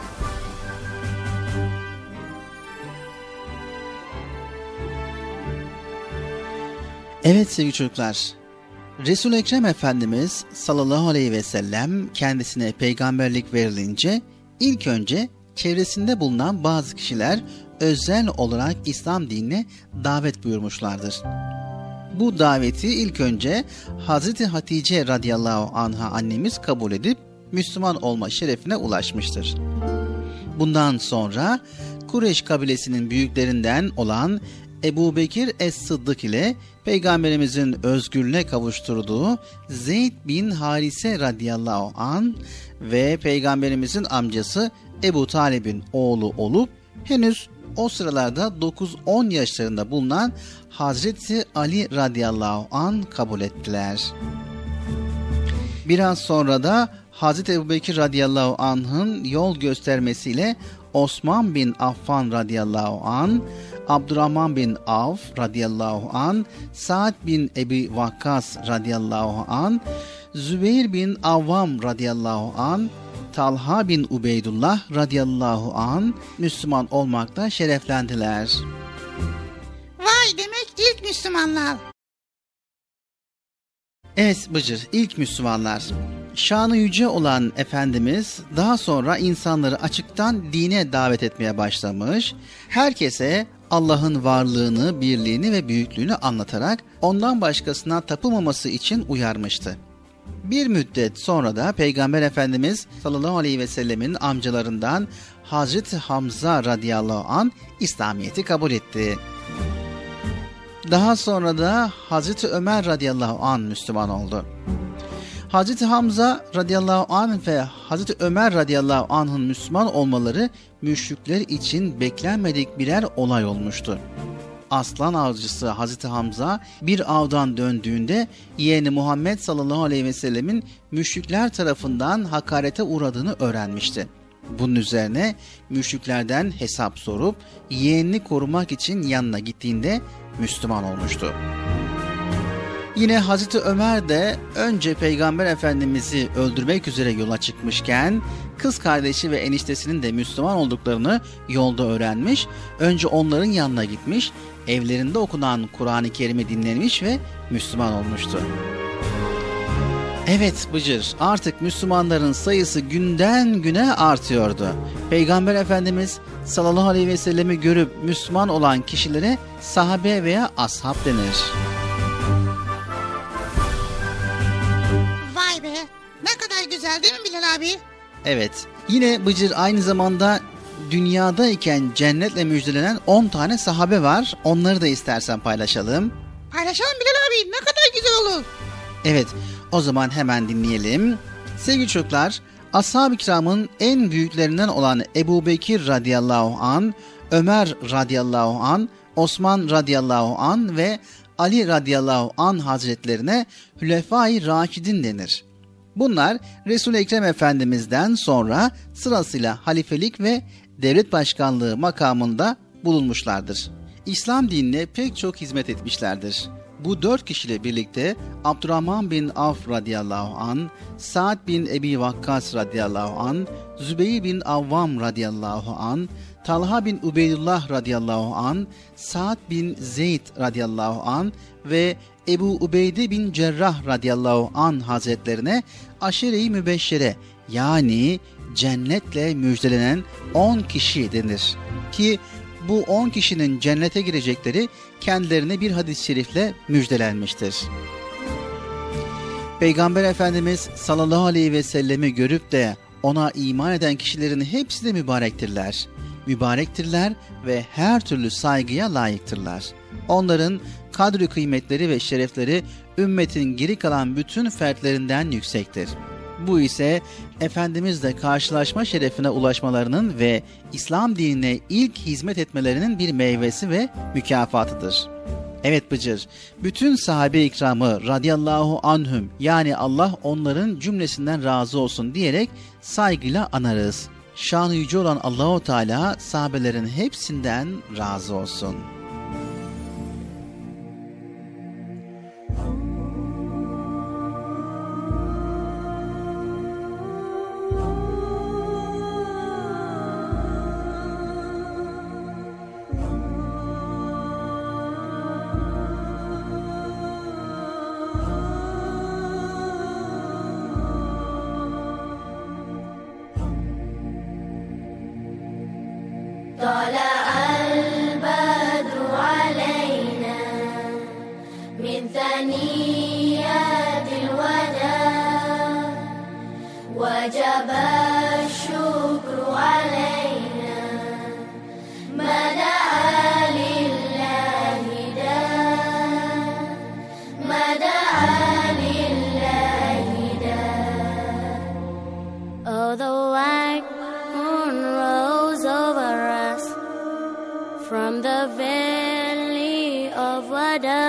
Speaker 3: Evet sevgili çocuklar, Resul-i Ekrem Efendimiz sallallahu aleyhi ve sellem kendisine peygamberlik verilince ilk önce çevresinde bulunan bazı kişiler özel olarak İslam dinine davet buyurmuşlardır. Bu daveti ilk önce Hazreti Hatice radıyallahu anha annemiz kabul edip Müslüman olma şerefine ulaşmıştır. Bundan sonra Kureyş kabilesinin büyüklerinden olan Ebu Bekir Es-Sıddık ile Peygamberimizin özgürlüğüne kavuşturduğu Zeyd bin Harise radıyallahu an ve Peygamberimizin amcası Ebu Talib'in oğlu olup henüz o sıralarda dokuz on yaşlarında bulunan Hazreti Ali radıyallahu an kabul ettiler. Biraz sonra da Hazreti Ebubekir radıyallahu anh'ın yol göstermesiyle Osman bin Affan radıyallahu an, Abdurrahman bin Avf radıyallahu an, Sa'd bin Ebi Vakkas radıyallahu an, Zübeyir bin Avvam radıyallahu an, Talha bin Ubeydullah radıyallahu an Müslüman olmakta şereflendiler.
Speaker 4: Vay, demek ilk Müslümanlar.
Speaker 3: Evet Bıcır, ilk Müslümanlar. Şanı yüce olan Efendimiz daha sonra insanları açıktan dine davet etmeye başlamış. Herkese Allah'ın varlığını, birliğini ve büyüklüğünü anlatarak ondan başkasına tapılmaması için uyarmıştı. Bir müddet sonra da Peygamber Efendimiz sallallahu aleyhi ve sellemin amcalarından Hazreti Hamza radıyallahu an İslamiyet'i kabul etti. Daha sonra da Hazreti Ömer radıyallahu an Müslüman oldu. Hazreti Hamza radıyallahu anh ve Hazreti Ömer radıyallahu anh'ın Müslüman olmaları müşrikler için beklenmedik birer olay olmuştu. Aslan avcısı Hazreti Hamza bir avdan döndüğünde yeğeni Muhammed sallallahu aleyhi ve sellemin müşrikler tarafından hakarete uğradığını öğrenmişti. Bunun üzerine müşriklerden hesap sorup yeğenini korumak için yanına gittiğinde Müslüman olmuştu. Yine Hazreti Ömer de önce Peygamber Efendimiz'i öldürmek üzere yola çıkmışken kız kardeşi ve eniştesinin de Müslüman olduklarını yolda öğrenmiş. Önce onların yanına gitmiş, evlerinde okunan Kur'an-ı Kerim'i dinlemiş ve Müslüman olmuştu. Evet Bıcır, artık Müslümanların sayısı günden güne artıyordu. Peygamber Efendimiz sallallahu aleyhi ve sellemi görüp Müslüman olan kişilere sahabe veya ashab denir.
Speaker 4: Vay be, ne kadar güzel değil mi Bilal abi?
Speaker 3: Evet, yine Bıcır aynı zamanda dünyadayken cennetle müjdelenen on tane sahabe var. Onları da istersen paylaşalım.
Speaker 4: Paylaşalım Bilal abi, ne kadar güzel olur.
Speaker 3: Evet, o zaman hemen dinleyelim. Sevgili çocuklar, ashab-ı kiramın en büyüklerinden olan Ebu Bekir radıyallahu an, Ömer radıyallahu an, Osman radıyallahu an ve Ali radıyallahu an hazretlerine Hülefai Raşidin denir. Bunlar Resul-i Ekrem Efendimiz'den sonra sırasıyla halifelik ve devlet başkanlığı makamında bulunmuşlardır. İslam dinine pek çok hizmet etmişlerdir. Bu dört kişiyle birlikte Abdurrahman bin Avf radıyallahu an, Sa'd bin Ebi Vakkas radıyallahu an, Zübeyir bin Avvam radıyallahu an, Talha bin Ubeydullah radıyallahu an, Sa'd bin Zeyd radıyallahu an ve Ebu Ubeyde bin Cerrah radıyallahu an hazretlerine aşire-i mübeşşere yani cennetle müjdelenen on kişi denir. Ki bu on kişinin cennete girecekleri kendilerine bir hadis-i şerifle müjdelenmiştir. Peygamber Efendimiz sallallahu aleyhi ve sellemi görüp de ona iman eden kişilerin hepsi de mübarektirler. Mübarektirler ve her türlü saygıya layıktırlar. Onların kadri kıymetleri ve şerefleri ümmetin geri kalan bütün fertlerinden yüksektir. Bu ise Efendimizle karşılaşma şerefine ulaşmalarının ve İslam dinine ilk hizmet etmelerinin bir meyvesi ve mükafatıdır. Evet Bıcır, bütün sahabe-i ikramı radıyallahu anhüm yani Allah onların cümlesinden razı olsun diyerek saygıyla anarız. Şanı yüce olan Allahu Teala sahabelerin hepsinden razı olsun.
Speaker 5: طلع البدر علينا من ثنيات الوداع وجب الشكر علينا ما دعا لله داع ما دعا لله داع. Oh, the white moon rose over us from the valley of Wada,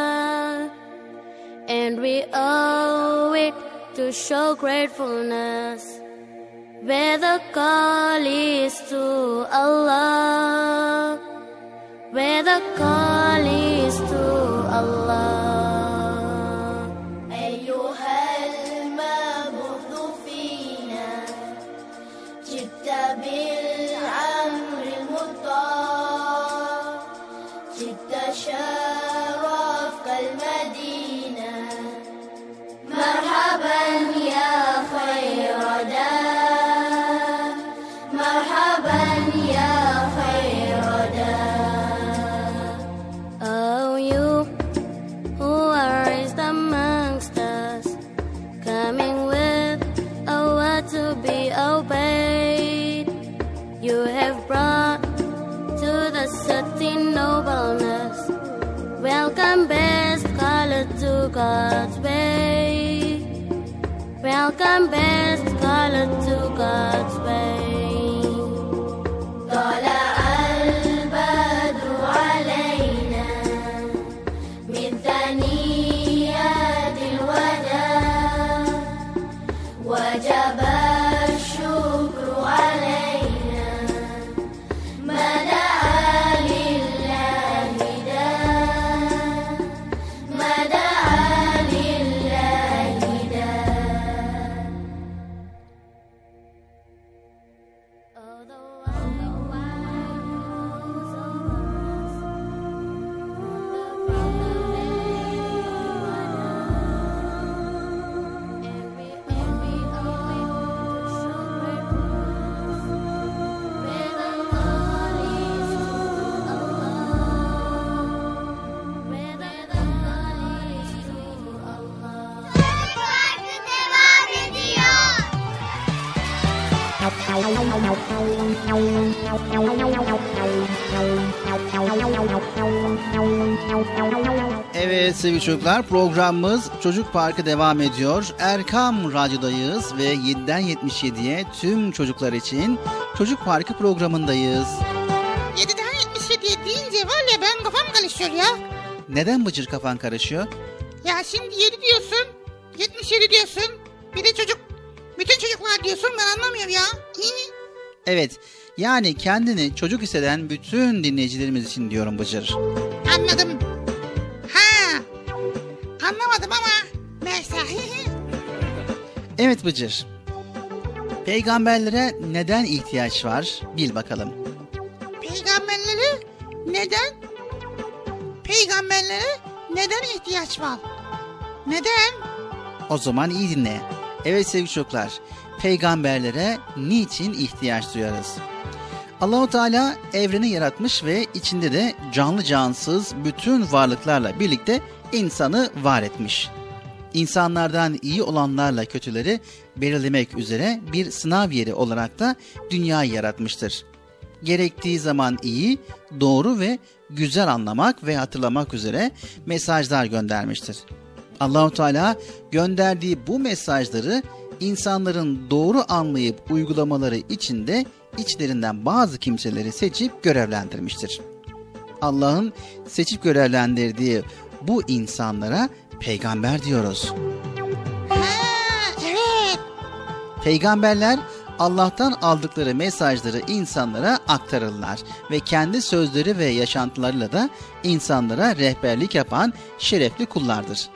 Speaker 5: and we owe it to show gratefulness where the call is to Allah, where the call is to Allah. أيها المبعوث فينا you have brought to the certain nobleness. Welcome best color to God's way. Welcome best color to God's way. طلع البدر علينا من ثنيات الوداع وجب الشكر علينا ما دعا لله داع ما دعا لله داع. Although I know I was almost from the every every moment to show gratefulness. Where the call is to Allah. Where the call is to Allah.
Speaker 3: Evet sevgili çocuklar, programımız Çocuk Parkı devam ediyor. Erkam Radyo'dayız ve yediden yetmiş yediye tüm çocuklar için Çocuk Parkı programındayız.
Speaker 4: yediden yetmiş yediye deyince var ya ben kafam karışıyor ya.
Speaker 3: Neden Bıcır kafan karışıyor?
Speaker 4: Ya şimdi yedi diyorsun, yetmiş yedi diyorsun. Bir de çocuk, bütün çocuklar diyorsun, ben anlamıyorum ya.
Speaker 3: Evet, yani kendini çocuk hisseden bütün dinleyicilerimiz için diyorum Bıcır.
Speaker 4: Anladım. Ha, anlamadım ama neyse.
Speaker 3: Evet Bıcır. Peygamberlere neden ihtiyaç var? Bil bakalım.
Speaker 4: Peygamberlere neden? Peygamberlere neden ihtiyaç var? Neden?
Speaker 3: O zaman iyi dinle. Evet sevgili çocuklar, peygamberlere niçin ihtiyaç duyarız? Allah-u Teala evreni yaratmış ve içinde de canlı cansız bütün varlıklarla birlikte insanı var etmiş. İnsanlardan iyi olanlarla kötüleri belirlemek üzere bir sınav yeri olarak da dünyayı yaratmıştır. Gerektiği zaman iyi, doğru ve güzel anlamak ve hatırlamak üzere mesajlar göndermiştir. Allah-u Teala gönderdiği bu mesajları insanların doğru anlayıp uygulamaları için de içlerinden bazı kimseleri seçip görevlendirmiştir. Allah'ın seçip görevlendirdiği bu insanlara peygamber diyoruz.
Speaker 4: Ha, evet.
Speaker 3: Peygamberler Allah'tan aldıkları mesajları insanlara aktarırlar ve kendi sözleri ve yaşantılarıyla da insanlara rehberlik yapan şerefli kullardır.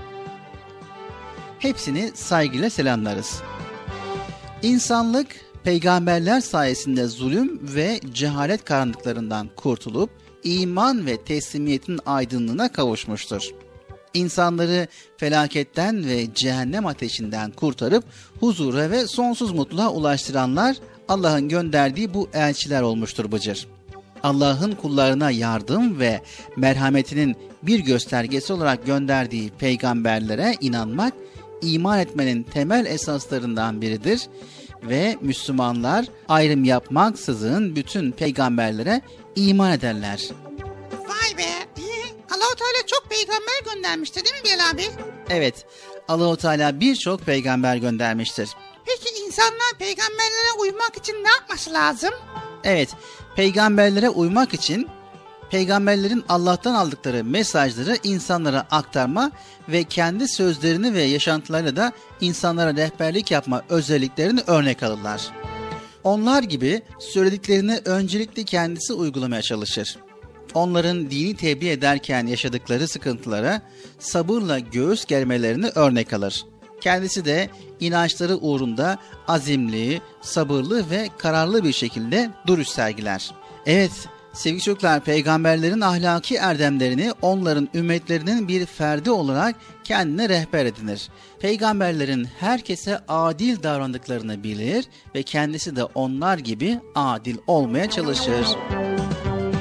Speaker 3: Hepsini saygıyla selamlarız. İnsanlık peygamberler sayesinde zulüm ve cehalet karanlıklarından kurtulup iman ve teslimiyetin aydınlığına kavuşmuştur. İnsanları felaketten ve cehennem ateşinden kurtarıp huzura ve sonsuz mutluluğa ulaştıranlar Allah'ın gönderdiği bu elçiler olmuştur Bıcır. Allah'ın kullarına yardım ve merhametinin bir göstergesi olarak gönderdiği peygamberlere inanmak, iman etmenin temel esaslarından biridir ve Müslümanlar ayrım yapmaksızın bütün peygamberlere iman ederler.
Speaker 4: Vay be. Allah-u Teala çok peygamber göndermişti değil mi Bilal abi?
Speaker 3: Evet, Allah-u Teala birçok peygamber göndermiştir.
Speaker 4: Peki insanlar peygamberlere uymak için ne yapması lazım?
Speaker 3: Evet, peygamberlere uymak için peygamberlerin Allah'tan aldıkları mesajları insanlara aktarma ve kendi sözlerini ve yaşantılarıyla da insanlara rehberlik yapma özelliklerini örnek alırlar. Onlar gibi söylediklerini öncelikle kendisi uygulamaya çalışır. Onların dini tebliğ ederken yaşadıkları sıkıntılara sabırla göğüs germelerini örnek alır. Kendisi de inançları uğrunda azimli, sabırlı ve kararlı bir şekilde duruş sergiler. Evet, sevgili çocuklar, peygamberlerin ahlaki erdemlerini onların ümmetlerinin bir ferdi olarak kendine rehber edinir. Peygamberlerin herkese adil davrandıklarını bilir ve kendisi de onlar gibi adil olmaya çalışır.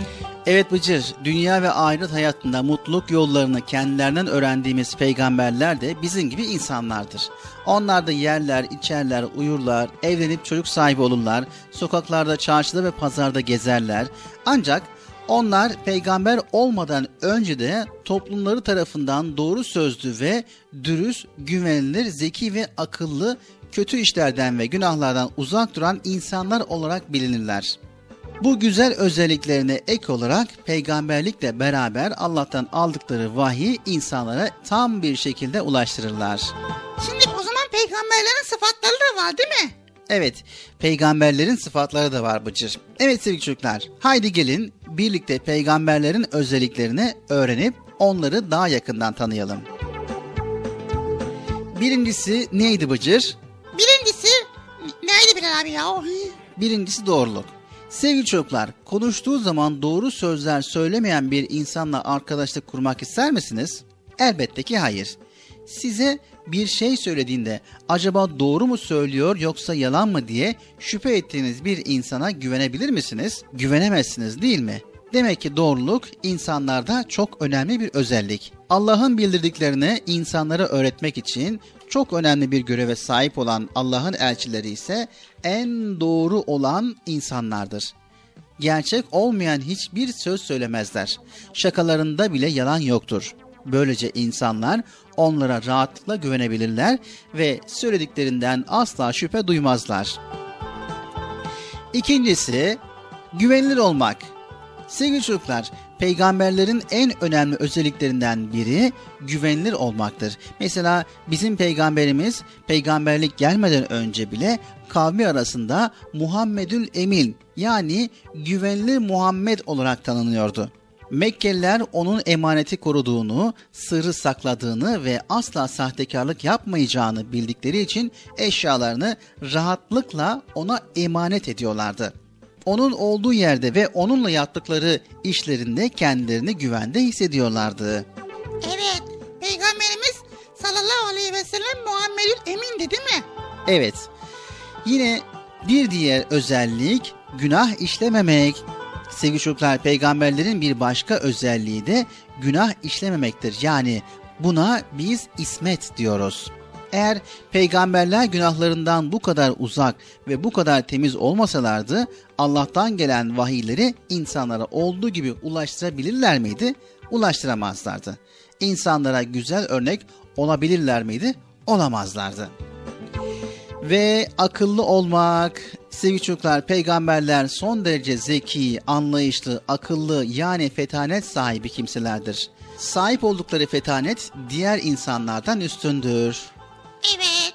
Speaker 3: Evet Bıcır, dünya ve ahiret hayatında mutluluk yollarını kendilerinden öğrendiğimiz peygamberler de bizim gibi insanlardır. Onlar da yerler, içerler, uyurlar, evlenip çocuk sahibi olurlar, sokaklarda, çarşıda ve pazarda gezerler. Ancak onlar peygamber olmadan önce de toplumları tarafından doğru sözlü ve dürüst, güvenilir, zeki ve akıllı, kötü işlerden ve günahlardan uzak duran insanlar olarak bilinirler. Bu güzel özelliklerine ek olarak peygamberlikle beraber Allah'tan aldıkları vahyi insanlara tam bir şekilde ulaştırırlar.
Speaker 4: Şimdi o zaman peygamberlerin sıfatları da var değil mi?
Speaker 3: Evet, peygamberlerin sıfatları da var Bıcır. Evet sevgili çocuklar, haydi gelin birlikte peygamberlerin özelliklerini öğrenip onları daha yakından tanıyalım. Birincisi neydi Bıcır?
Speaker 4: Birincisi neydi Bilal abi ya?
Speaker 3: Birincisi doğruluk. Sevgili çocuklar, konuştuğu zaman doğru sözler söylemeyen bir insanla arkadaşlık kurmak ister misiniz? Elbette ki hayır. Size bir şey söylediğinde acaba doğru mu söylüyor yoksa yalan mı diye şüphe ettiğiniz bir insana güvenebilir misiniz? Güvenemezsiniz değil mi? Demek ki doğruluk insanlarda çok önemli bir özellik. Allah'ın bildirdiklerini insanlara öğretmek için çok önemli bir göreve sahip olan Allah'ın elçileri ise en doğru olan insanlardır. Gerçek olmayan hiçbir söz söylemezler. Şakalarında bile yalan yoktur. Böylece insanlar onlara rahatlıkla güvenebilirler ve söylediklerinden asla şüphe duymazlar. İkincisi, güvenilir olmak. Sevgili çocuklar, peygamberlerin en önemli özelliklerinden biri güvenilir olmaktır. Mesela bizim peygamberimiz peygamberlik gelmeden önce bile kavmi arasında Muhammedül Emin yani güvenilir Muhammed olarak tanınıyordu. Mekkeliler onun emaneti koruduğunu, sırrı sakladığını ve asla sahtekarlık yapmayacağını bildikleri için eşyalarını rahatlıkla ona emanet ediyorlardı. Onun olduğu yerde ve onunla yaptıkları işlerinde kendilerini güvende hissediyorlardı.
Speaker 4: Evet, Peygamberimiz sallallahu aleyhi ve sellem Muhammedül Emin'di değil mi?
Speaker 3: Evet. Yine bir diğer özellik günah işlememek. Sevgili çocuklar, peygamberlerin bir başka özelliği de günah işlememektir. Yani buna biz ismet diyoruz. Eğer peygamberler günahlarından bu kadar uzak ve bu kadar temiz olmasalardı Allah'tan gelen vahiyleri insanlara olduğu gibi ulaştırabilirler miydi? Ulaştıramazlardı. İnsanlara güzel örnek olabilirler miydi? Olamazlardı. Ve akıllı olmak. Sevgili çocuklar, peygamberler son derece zeki, anlayışlı, akıllı yani fetanet sahibi kimselerdir. Sahip oldukları fetanet diğer insanlardan üstündür.
Speaker 4: Evet.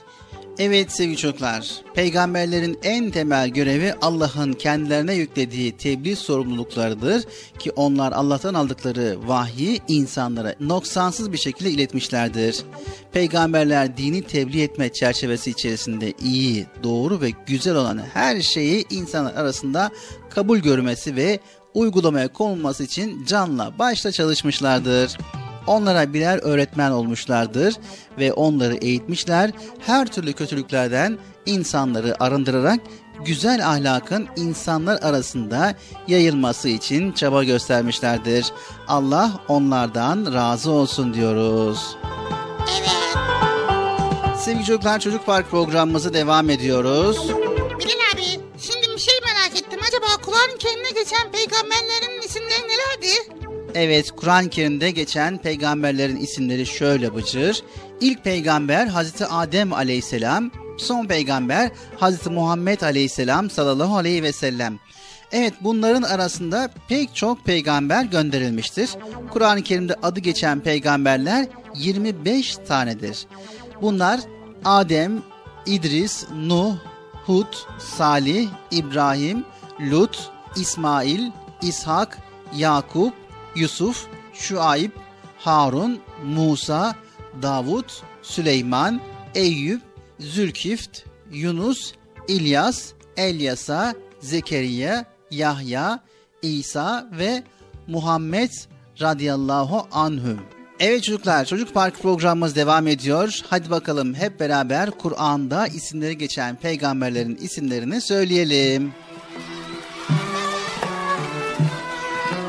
Speaker 3: Evet sevgili çocuklar, peygamberlerin en temel görevi Allah'ın kendilerine yüklediği tebliğ sorumluluklarıdır ki onlar Allah'tan aldıkları vahyi insanlara noksansız bir şekilde iletmişlerdir. Peygamberler dini tebliğ etme çerçevesi içerisinde iyi, doğru ve güzel olan her şeyi insanlar arasında kabul görmesi ve uygulamaya konulması için canla başla çalışmışlardır. Onlara birer öğretmen olmuşlardır ve onları eğitmişler, her türlü kötülüklerden insanları arındırarak güzel ahlakın insanlar arasında yayılması için çaba göstermişlerdir. Allah onlardan razı olsun diyoruz.
Speaker 4: Evet.
Speaker 3: Sevgili çocuklar, Çocuk Park programımızı devam ediyoruz.
Speaker 4: Bilal abi, şimdi bir şey merak ettim. Acaba Kur'an-ı Kerim'de geçen peygamberlerin isimleri nelerdi?
Speaker 3: Evet, Kur'an-ı Kerim'de geçen peygamberlerin isimleri şöyle Bıcır. İlk peygamber Hazreti Adem aleyhisselam, son peygamber Hazreti Muhammed aleyhisselam sallallahu aleyhi ve sellem. Evet, bunların arasında pek çok peygamber gönderilmiştir. Kur'an-ı Kerim'de adı geçen peygamberler yirmi beş tanedir. Bunlar Adem, İdris, Nuh, Hud, Salih, İbrahim, Lut, İsmail, İshak, Yakup, Yusuf, Şuayb, Harun, Musa, Davud, Süleyman, Eyüp, Zülkift, Yunus, İlyas, Elyasa, Zekeriya, Yahya, İsa ve Muhammed radıyallahu anhüm. Evet çocuklar, Çocuk Park programımız devam ediyor. Hadi bakalım hep beraber Kur'an'da isimleri geçen peygamberlerin isimlerini söyleyelim.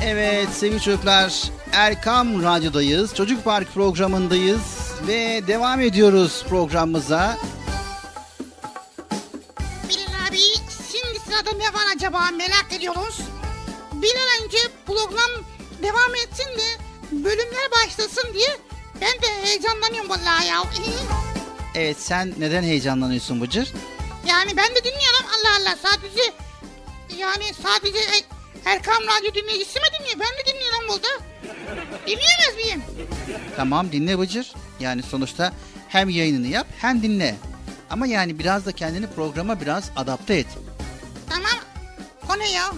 Speaker 3: Evet sevgili çocuklar, Erkam Radyo'dayız. Çocuk Park programındayız ve devam ediyoruz programımıza.
Speaker 4: Bilal abi, şimdi sırada ne var acaba merak ediyoruz. Bir an önce program devam etsin de bölümler başlasın diye ben de heyecanlanıyorum vallahi ya.
Speaker 3: Evet, sen neden heyecanlanıyorsun Bıcır?
Speaker 4: Yani ben de dinliyorum, Allah Allah, sadece yani sadece Erkam Radyo dinleyicisi mi dinliyor? Ben de dinliyorum burada. Dinleyemez miyim?
Speaker 3: Tamam, dinle Bıcır. Yani sonuçta hem yayınını yap hem dinle. Ama yani biraz da kendini programa biraz adapte et.
Speaker 4: Tamam. O ne ya?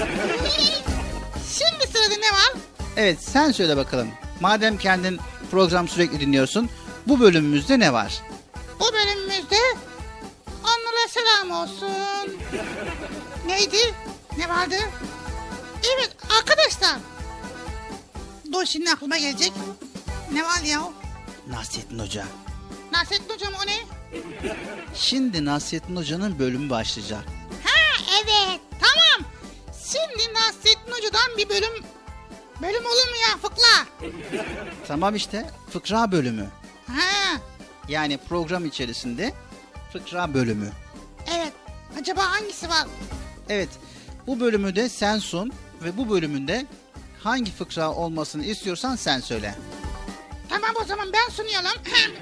Speaker 4: Şimdi sırada ne var?
Speaker 3: Evet, sen söyle bakalım. Madem kendin program sürekli dinliyorsun, bu bölümümüzde ne var?
Speaker 4: Bu bölümümüzde onlara selam olsun. Neydi? Ne vardı? Evet arkadaşlar. Dur şimdi aklıma gelecek. Ne var ya?
Speaker 3: Nasrettin Hoca.
Speaker 4: Nasrettin Hocam o ne?
Speaker 3: Şimdi Nasrettin Hoca'nın bölümü başlayacak.
Speaker 4: Ha evet tamam. Şimdi Nasrettin Hoca'dan bir bölüm. Bölüm olur mu ya fıkra?
Speaker 3: Tamam işte, fıkra bölümü.
Speaker 4: Ha
Speaker 3: Yani program içerisinde fıkra bölümü.
Speaker 4: evet. Acaba hangisi var?
Speaker 3: Evet, bu bölümü de sen sun ve bu bölümünde hangi fıkra olmasını istiyorsan sen söyle.
Speaker 4: Tamam o zaman ben sunuyorum.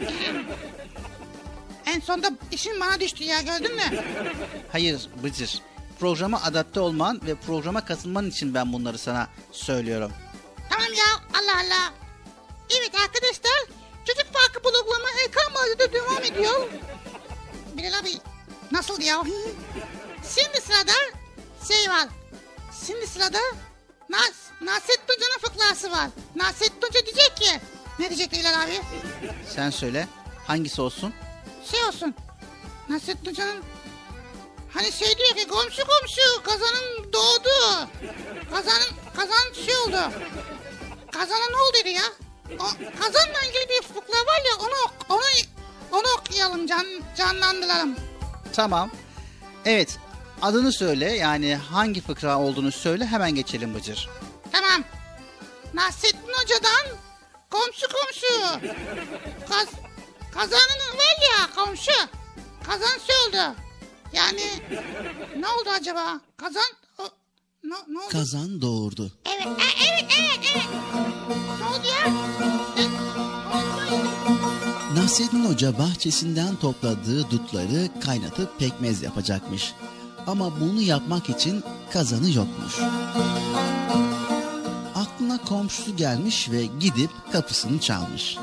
Speaker 4: En sonunda işin bana düştü ya, gördün mü?
Speaker 3: Hayır Bıcır, programa adapte olman ve programa katılman için ben bunları sana söylüyorum.
Speaker 4: Tamam ya, Allah Allah. Evet arkadaşlar, Çocuk Parkı programı Erkam Radyo'da devam ediyor. Bilal abi nasıl ya? Şimdi sırada şey var. Şimdi sırada Nas Nasrettin Hoca'nın fıkrası var. Nasrettin Hoca diyecek ki, ne diyecek Bilal abi?
Speaker 3: Sen söyle, hangisi olsun?
Speaker 4: Şey olsun. Nasrettin Hoca'nın hani şey diyor ki, komşu komşu kazanın doğdu. Kazanın kazan şey oldu. Kazana ne oldu ya? O, kazanla ilgili bir fıkra var ya, onu onu onu okuyalım, can, canlandıralım.
Speaker 3: Tamam. Evet, adını söyle, yani hangi fıkra olduğunu söyle, hemen geçelim Bıcır.
Speaker 4: Tamam. Nasrettin Hoca'dan komşu komşu. Kaz, kazanın var ya komşu. Kazan şey oldu. Yani ne oldu acaba? Kazan o, ne, ne oldu?
Speaker 1: Kazan doğurdu.
Speaker 4: Evet, e, evet, evet, evet. Ne oldu ya? E,
Speaker 1: Nasrettin Hoca bahçesinden topladığı dutları kaynatıp pekmez yapacakmış. Ama bunu yapmak için kazanı yokmuş. Aklına komşusu gelmiş ve gidip kapısını çalmış.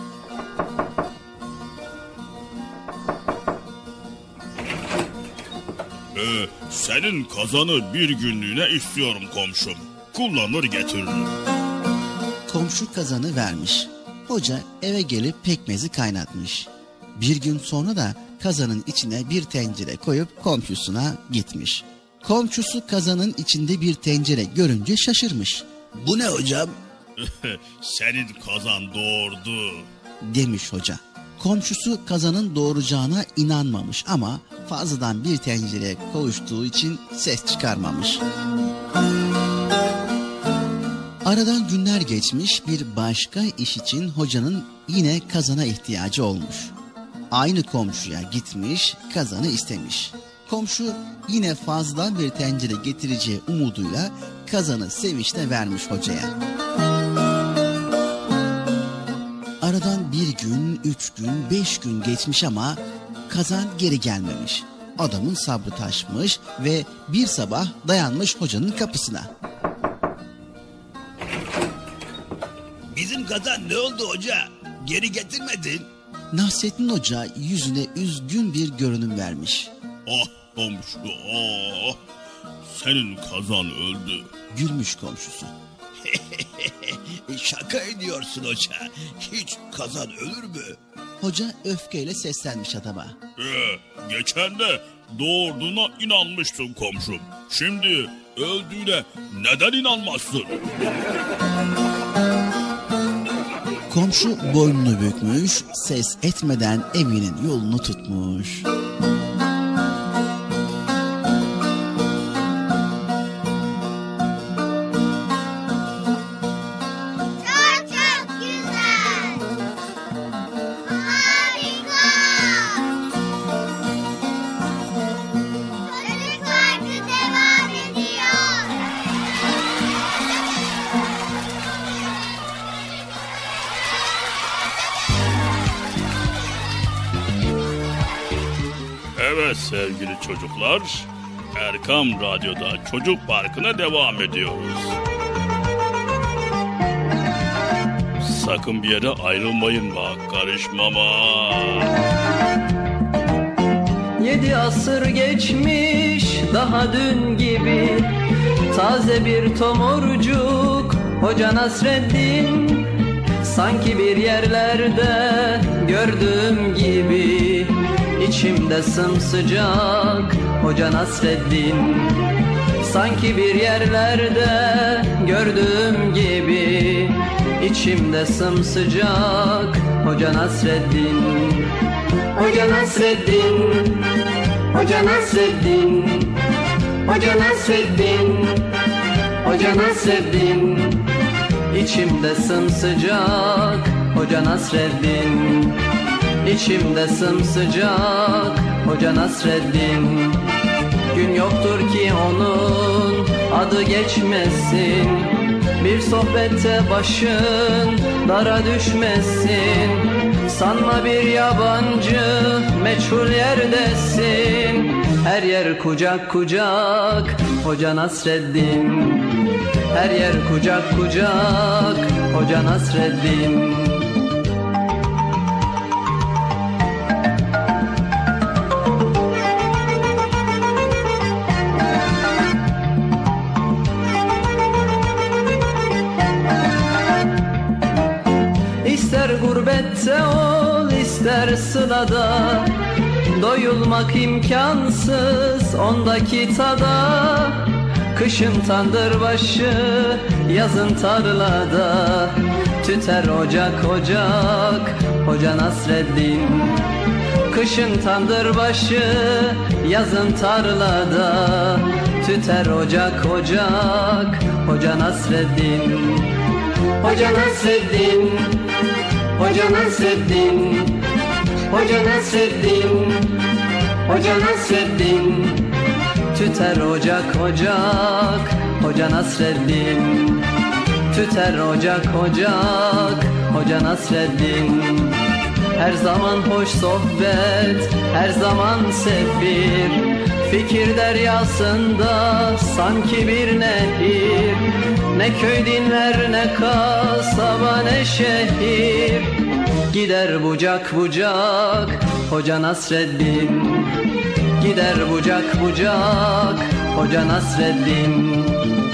Speaker 2: Ee, senin kazanı bir günlüğüne istiyorum komşum. Kullanır getiririm.
Speaker 1: Komşu kazanı vermiş. Hoca eve gelip pekmezi kaynatmış. Bir gün sonra da kazanın içine bir tencere koyup komşusuna gitmiş. Komşusu kazanın içinde bir tencere görünce şaşırmış. "Bu ne hocam?"
Speaker 2: Senin kazan doğurdu.
Speaker 1: demiş hoca. Komşusu kazanın doğuracağına inanmamış ama fazladan bir tencereye koştuğu için ses çıkarmamış. Aradan günler geçmiş, bir başka iş için hocanın yine kazana ihtiyacı olmuş. Aynı komşuya gitmiş, kazanı istemiş. Komşu yine fazladan bir tencere getireceği umuduyla kazanı sevinçle vermiş hocaya. Aradan bir gün, üç gün, beş gün geçmiş ama kazan geri gelmemiş. Adamın sabrı taşmış ve bir sabah dayanmış hocanın kapısına.
Speaker 9: Bizim kazan ne oldu hoca? Geri getirmedin.
Speaker 1: Nasrettin Hoca yüzüne üzgün bir görünüm vermiş.
Speaker 2: Ah komşu ah. Senin kazan öldü.
Speaker 1: Gülmüş komşusu.
Speaker 9: Şaka ediyorsun hoca. Hiç kazan ölür mü?
Speaker 1: Hoca öfkeyle seslenmiş adama.
Speaker 2: Ee, geçen de doğurduğuna inanmıştın komşum. Şimdi öldüğüne neden inanmazsın?
Speaker 1: Komşu boynunu bükmüş, ses etmeden evinin yolunu tutmuş.
Speaker 2: sevgili çocuklar, Erkam Radyo'da Çocuk Parkı'na devam ediyoruz. Sakın bir yere ayrılmayın bak, karışmama.
Speaker 10: Yedi asır geçmiş daha dün gibi, taze bir tomurcuk Hoca Nasreddin. Sanki bir yerlerde gördüğüm gibi, içimde sımsıcak Hoca Nasreddin. Sanki bir yerlerde gördüğüm gibi, içimde sımsıcak Hoca Nasreddin. Hoca Nasreddin, Hoca Nasreddin, Hoca Nasreddin, Hoca Nasreddin. İçimde sımsıcak Hoca Nasreddin. İçimde sımsıcak Hoca Nasreddin. Gün yoktur ki onun adı geçmesin, bir sohbette başın dara düşmesin. Sanma bir yabancı meçhul yerdesin, her yer kucak kucak Hoca Nasreddin. Her yer kucak kucak Hoca Nasreddin. İster gurbette ol, ister sılada, doyulmak imkansız ondaki tada. Kışın tandırbaşı, yazın tarlada, tüter ocak ocak Hoca Nasreddin. Kışın tandırbaşı, yazın tarlada, tüter ocak ocak Hoca Nasreddin. Hoca Nasreddin, Hoca Nasreddin, Hoca Nasreddin, Hoca Nasreddin. Tüter ocak ocak Hoca Nasreddin. Tüter ocak ocak Hoca Nasreddin. Her zaman hoş sohbet, her zaman sefir, fikir deryasında sanki bir nehir. Ne köy dinler, ne kasaba, ne şehir, gider bucak bucak Hoca Nasreddin. Gider bucak bucak Hoca Nasreddin.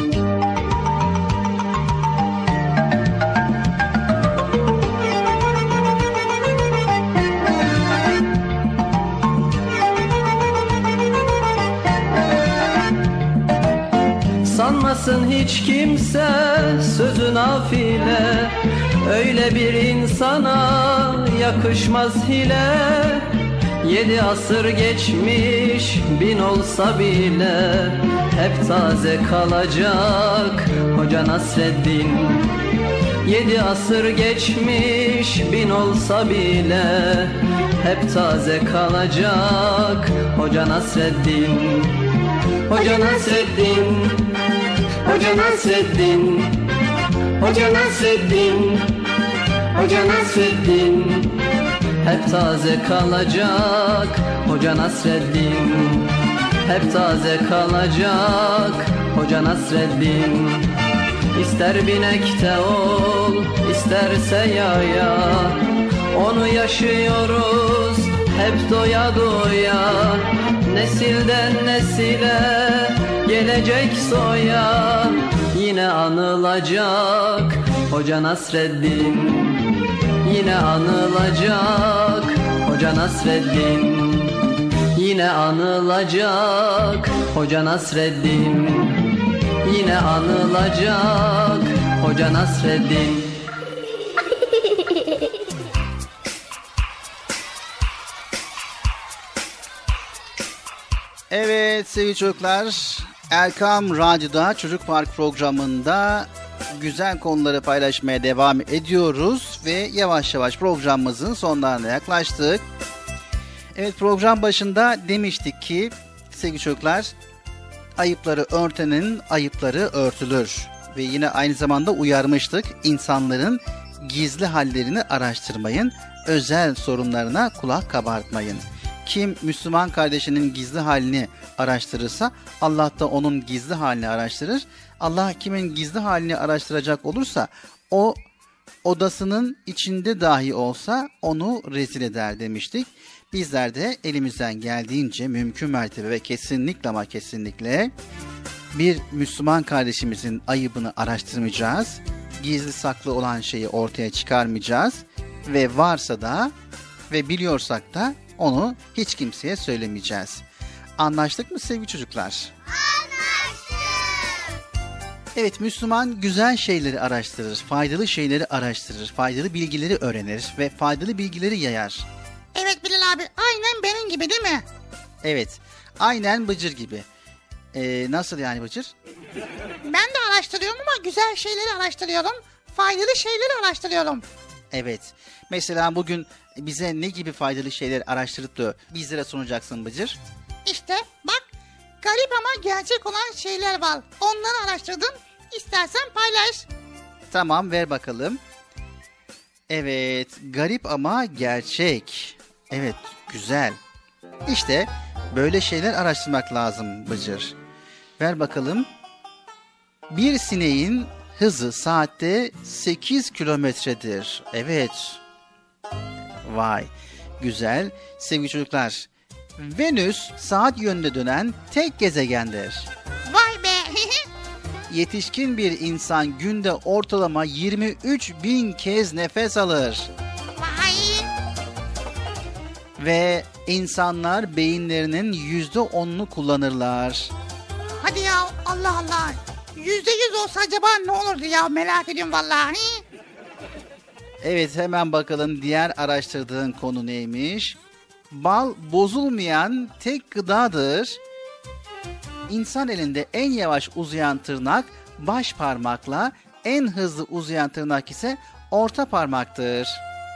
Speaker 10: Sanmasın hiç kimse sözü nafile, öyle bir insana yakışmaz hile. Yedi asır geçmiş bin olsa bile, hep taze kalacak Hoca Nasreddin. Yedi asır geçmiş bin olsa bile, hep taze kalacak Hoca Nasreddin. Hoca Nasreddin, Hoca Nasreddin, Hoca Nasreddin, Hoca Nasreddin. Hep taze kalacak Hoca Nasreddin. Hep taze kalacak Hoca Nasreddin. İster binekte ol, isterse yaya, onu yaşıyoruz hep doya doya. Nesilden nesile gelecek soya, yine anılacak Hoca Nasreddin. Yine anılacak Hoca Nasreddin. Yine anılacak Hoca Nasreddin. Yine anılacak Hoca Nasreddin.
Speaker 3: Evet sevgili çocuklar, Erkam Radyo'da Çocuk Park programında güzel konuları paylaşmaya devam ediyoruz ve yavaş yavaş programımızın sonlarına yaklaştık. Evet, program başında demiştik ki sevgili çocuklar, ayıpları örtenin ayıpları örtülür ve yine aynı zamanda uyarmıştık, insanların gizli hallerini araştırmayın, özel sorunlarına kulak kabartmayın. kim Müslüman kardeşinin gizli halini araştırırsa Allah da onun gizli halini araştırır. Allah kimin gizli halini araştıracak olursa o odasının içinde dahi olsa onu rezil eder demiştik. Bizler de elimizden geldiğince mümkün mertebe ve kesinlikle ama kesinlikle bir Müslüman kardeşimizin ayıbını araştırmayacağız. Gizli saklı olan şeyi ortaya çıkarmayacağız. Ve varsa da ve biliyorsak da onu hiç kimseye söylemeyeceğiz. Anlaştık mı sevgili çocuklar?
Speaker 6: Anlaştık.
Speaker 3: Evet, Müslüman güzel şeyleri araştırır, faydalı şeyleri araştırır, faydalı bilgileri öğrenir ve faydalı bilgileri yayar.
Speaker 4: Evet Bilal abi, aynen benim gibi değil mi?
Speaker 3: Evet, aynen Bıcır gibi. Ee, nasıl yani Bıcır?
Speaker 4: Ben de araştırıyorum ama güzel şeyleri araştırıyorum, faydalı şeyleri araştırıyorum.
Speaker 3: Evet, mesela bugün bize ne gibi faydalı şeyler araştırıp da bizlere sunacaksın Bıcır?
Speaker 4: İşte bak, garip ama gerçek olan şeyler var. Onları araştırdım, istersen paylaş.
Speaker 3: Tamam, ver bakalım. Evet, garip ama gerçek. Evet, güzel. İşte böyle şeyler araştırmak lazım Bıcır. Ver bakalım. Bir sineğin hızı saatte sekiz kilometredir. Evet. Vay, güzel. Sevgili çocuklar, Venüs saat yönünde dönen tek gezegendir.
Speaker 4: Vay be.
Speaker 3: Yetişkin bir insan günde ortalama yirmi üç bin kez nefes alır.
Speaker 4: Vay.
Speaker 3: Ve insanlar beyinlerinin yüzde onunu kullanırlar.
Speaker 4: Hadi ya, Allah Allah. Yüzde yüz olsa acaba ne olurdu ya, merak ediyorum vallahi.
Speaker 3: Evet, hemen bakalım diğer araştırdığın konu neymiş? Bal bozulmayan tek gıdadır. İnsan elinde en yavaş uzayan tırnak baş parmakla, en hızlı uzayan tırnak ise orta parmaktır.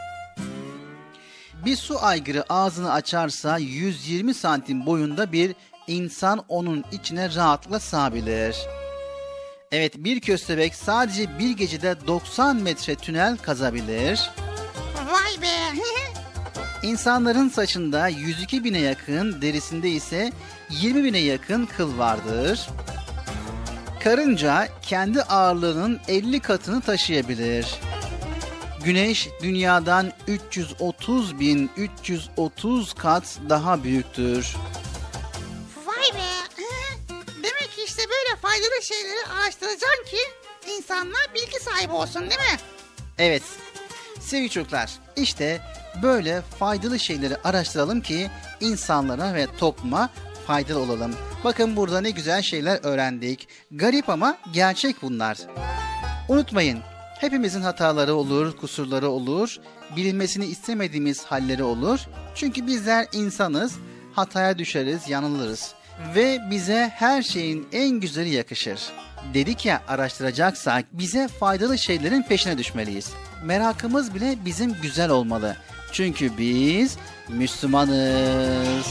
Speaker 3: Bir su aygırı ağzını açarsa yüz yirmi santim boyunda bir insan onun içine rahatlıkla sığabilir. Evet, bir köstebek sadece bir gecede doksan metre tünel kazabilir.
Speaker 4: Vay be.
Speaker 3: İnsanların saçında yüz iki bine yakın, derisinde ise yirmi bine yakın kıl vardır. Karınca kendi ağırlığının elli katını taşıyabilir. Güneş dünyadan üç yüz otuz bin üç yüz otuz kat daha büyüktür.
Speaker 4: Vay be. Demek ki işte böyle faydalı şeyleri araştıracaksın ki insanlar bilgi sahibi olsun, değil mi?
Speaker 3: Evet. Sevgili çocuklar, işte böyle faydalı şeyleri araştıralım ki insanlara ve topluma faydalı olalım. Bakın burada ne güzel şeyler öğrendik. Garip ama gerçek bunlar. Unutmayın, hepimizin hataları olur, kusurları olur, bilinmesini istemediğimiz halleri olur. Çünkü bizler insanız, hataya düşeriz, yanılırız. Ve bize her şeyin en güzeli yakışır. Dedik ya, araştıracaksak bize faydalı şeylerin peşine düşmeliyiz. Merakımız bile bizim güzel olmalı. Çünkü biz Müslümanız.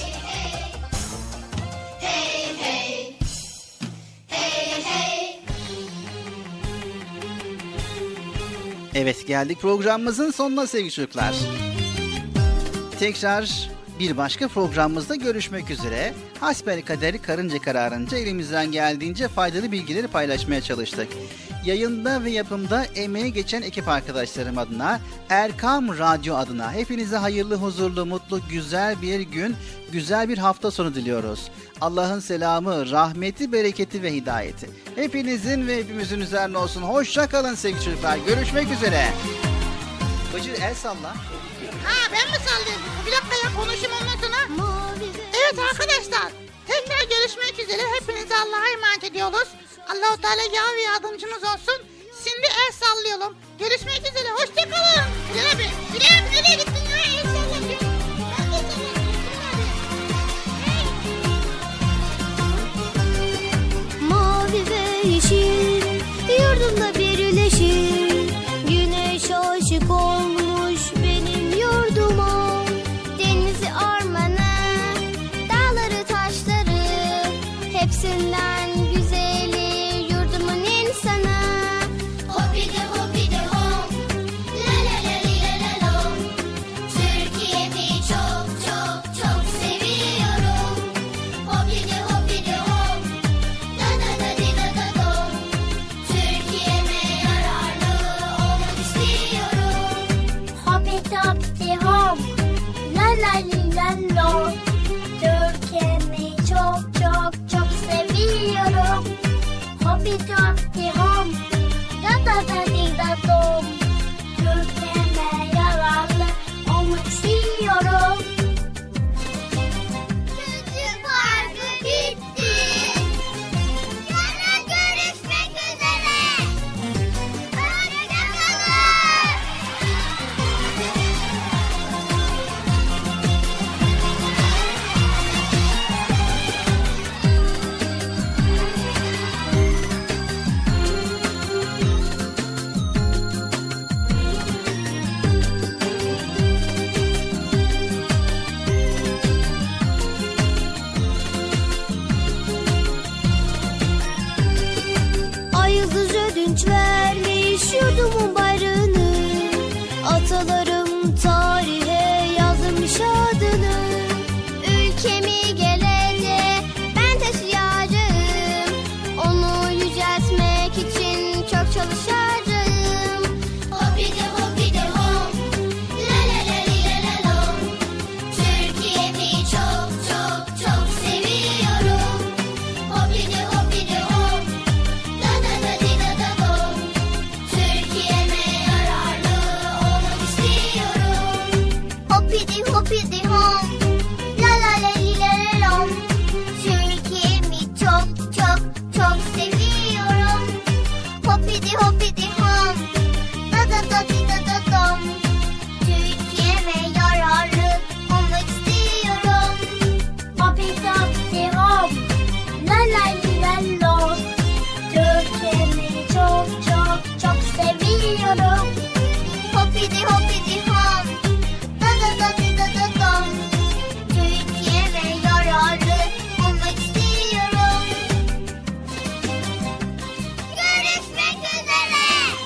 Speaker 6: Hey hey. Hey hey.
Speaker 3: Evet, geldik programımızın sonuna sevgili çocuklar. Tekrar bir başka programımızda görüşmek üzere. Hasbelkader karınca kararınca elimizden geldiğince faydalı bilgileri paylaşmaya çalıştık. Yayında ve yapımda emeği geçen ekip arkadaşlarım adına, Erkam Radyo adına hepinize hayırlı, huzurlu, mutlu, güzel bir gün, güzel bir hafta sonu diliyoruz. Allah'ın selamı, rahmeti, bereketi ve hidayeti hepinizin ve hepimizin üzerine olsun. Hoşça kalın sevgili çocuklar. Görüşmek üzere. Bıcır, el salla.
Speaker 4: Ha, ben mi sallayayım? Bir dakika ya, konuşayım ondan sonra. Evet arkadaşlar, tekrar görüşmek üzere. Hepinizi Allah'a emanet ediyoruz. Allah-u Teala yar ve yardımcımız olsun. Şimdi el sallayalım. Görüşmek üzere. Hoşça kalın. Bilal abi. Bilal abi nereye gittin ya? El sallayalım. Ben de sallayayım.
Speaker 5: Mavi ve yeşil yurdumda birleşir. Güneş aşık olmuş benim yurduma. Denizi, ormanı, dağları, taşları, hepsinden güzeli yurdumun insanı. Hopidi hopidi hop, la la la li la la lom. Türkiye
Speaker 6: hopi topti hom, da da da di da dom. Türkçeme yararlı olmak istiyorum. Çocuk parkı bitti. Yarın görüşmek üzere. Hoşçakalın.
Speaker 11: Ay yıldız ödünç vermiş yurdumun bayrağını. Atalarım tarihe yazmış adını.
Speaker 6: Ülkemi gelene ben taşıyacağım. Onu yüceltmek için çok çalışacağım. Hopidi hopidi hop, la la la li la la lom. Türkiye'mi çok çok çok seviyorum. Hopidi hopidi hop, da da da di da da dom. Türkiye'me yararlı olmak istiyorum. Hopidi hopidi hop, la la la li la la lom. Türkiye'mi çok çok çok seviyorum. Hopidi hopidi hop, da da da di da da dom. Türkiye'me yararlı olmak istiyorum. Hopidi hopidi hop, la la li la lom. Türkiye'mi çok çok çok seviyorum. Hopidi hopidi hop, da da da di da da dom. Türkiye'me yararlı olmak istiyorum. Görüşmek üzere.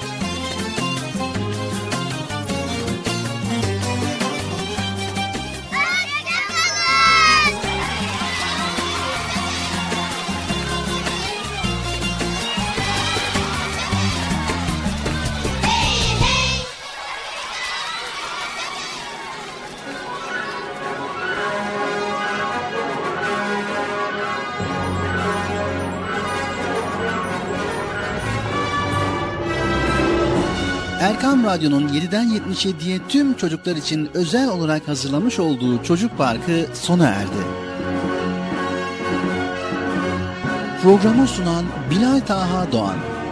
Speaker 6: Hoşçakalın. Hey hey.
Speaker 3: Erkam Radyo'nun yediden yetmiş yediye tüm çocuklar için özel olarak hazırlamış olduğu Çocuk Parkı sona erdi. Programı sunan Bilal Taha Doğan.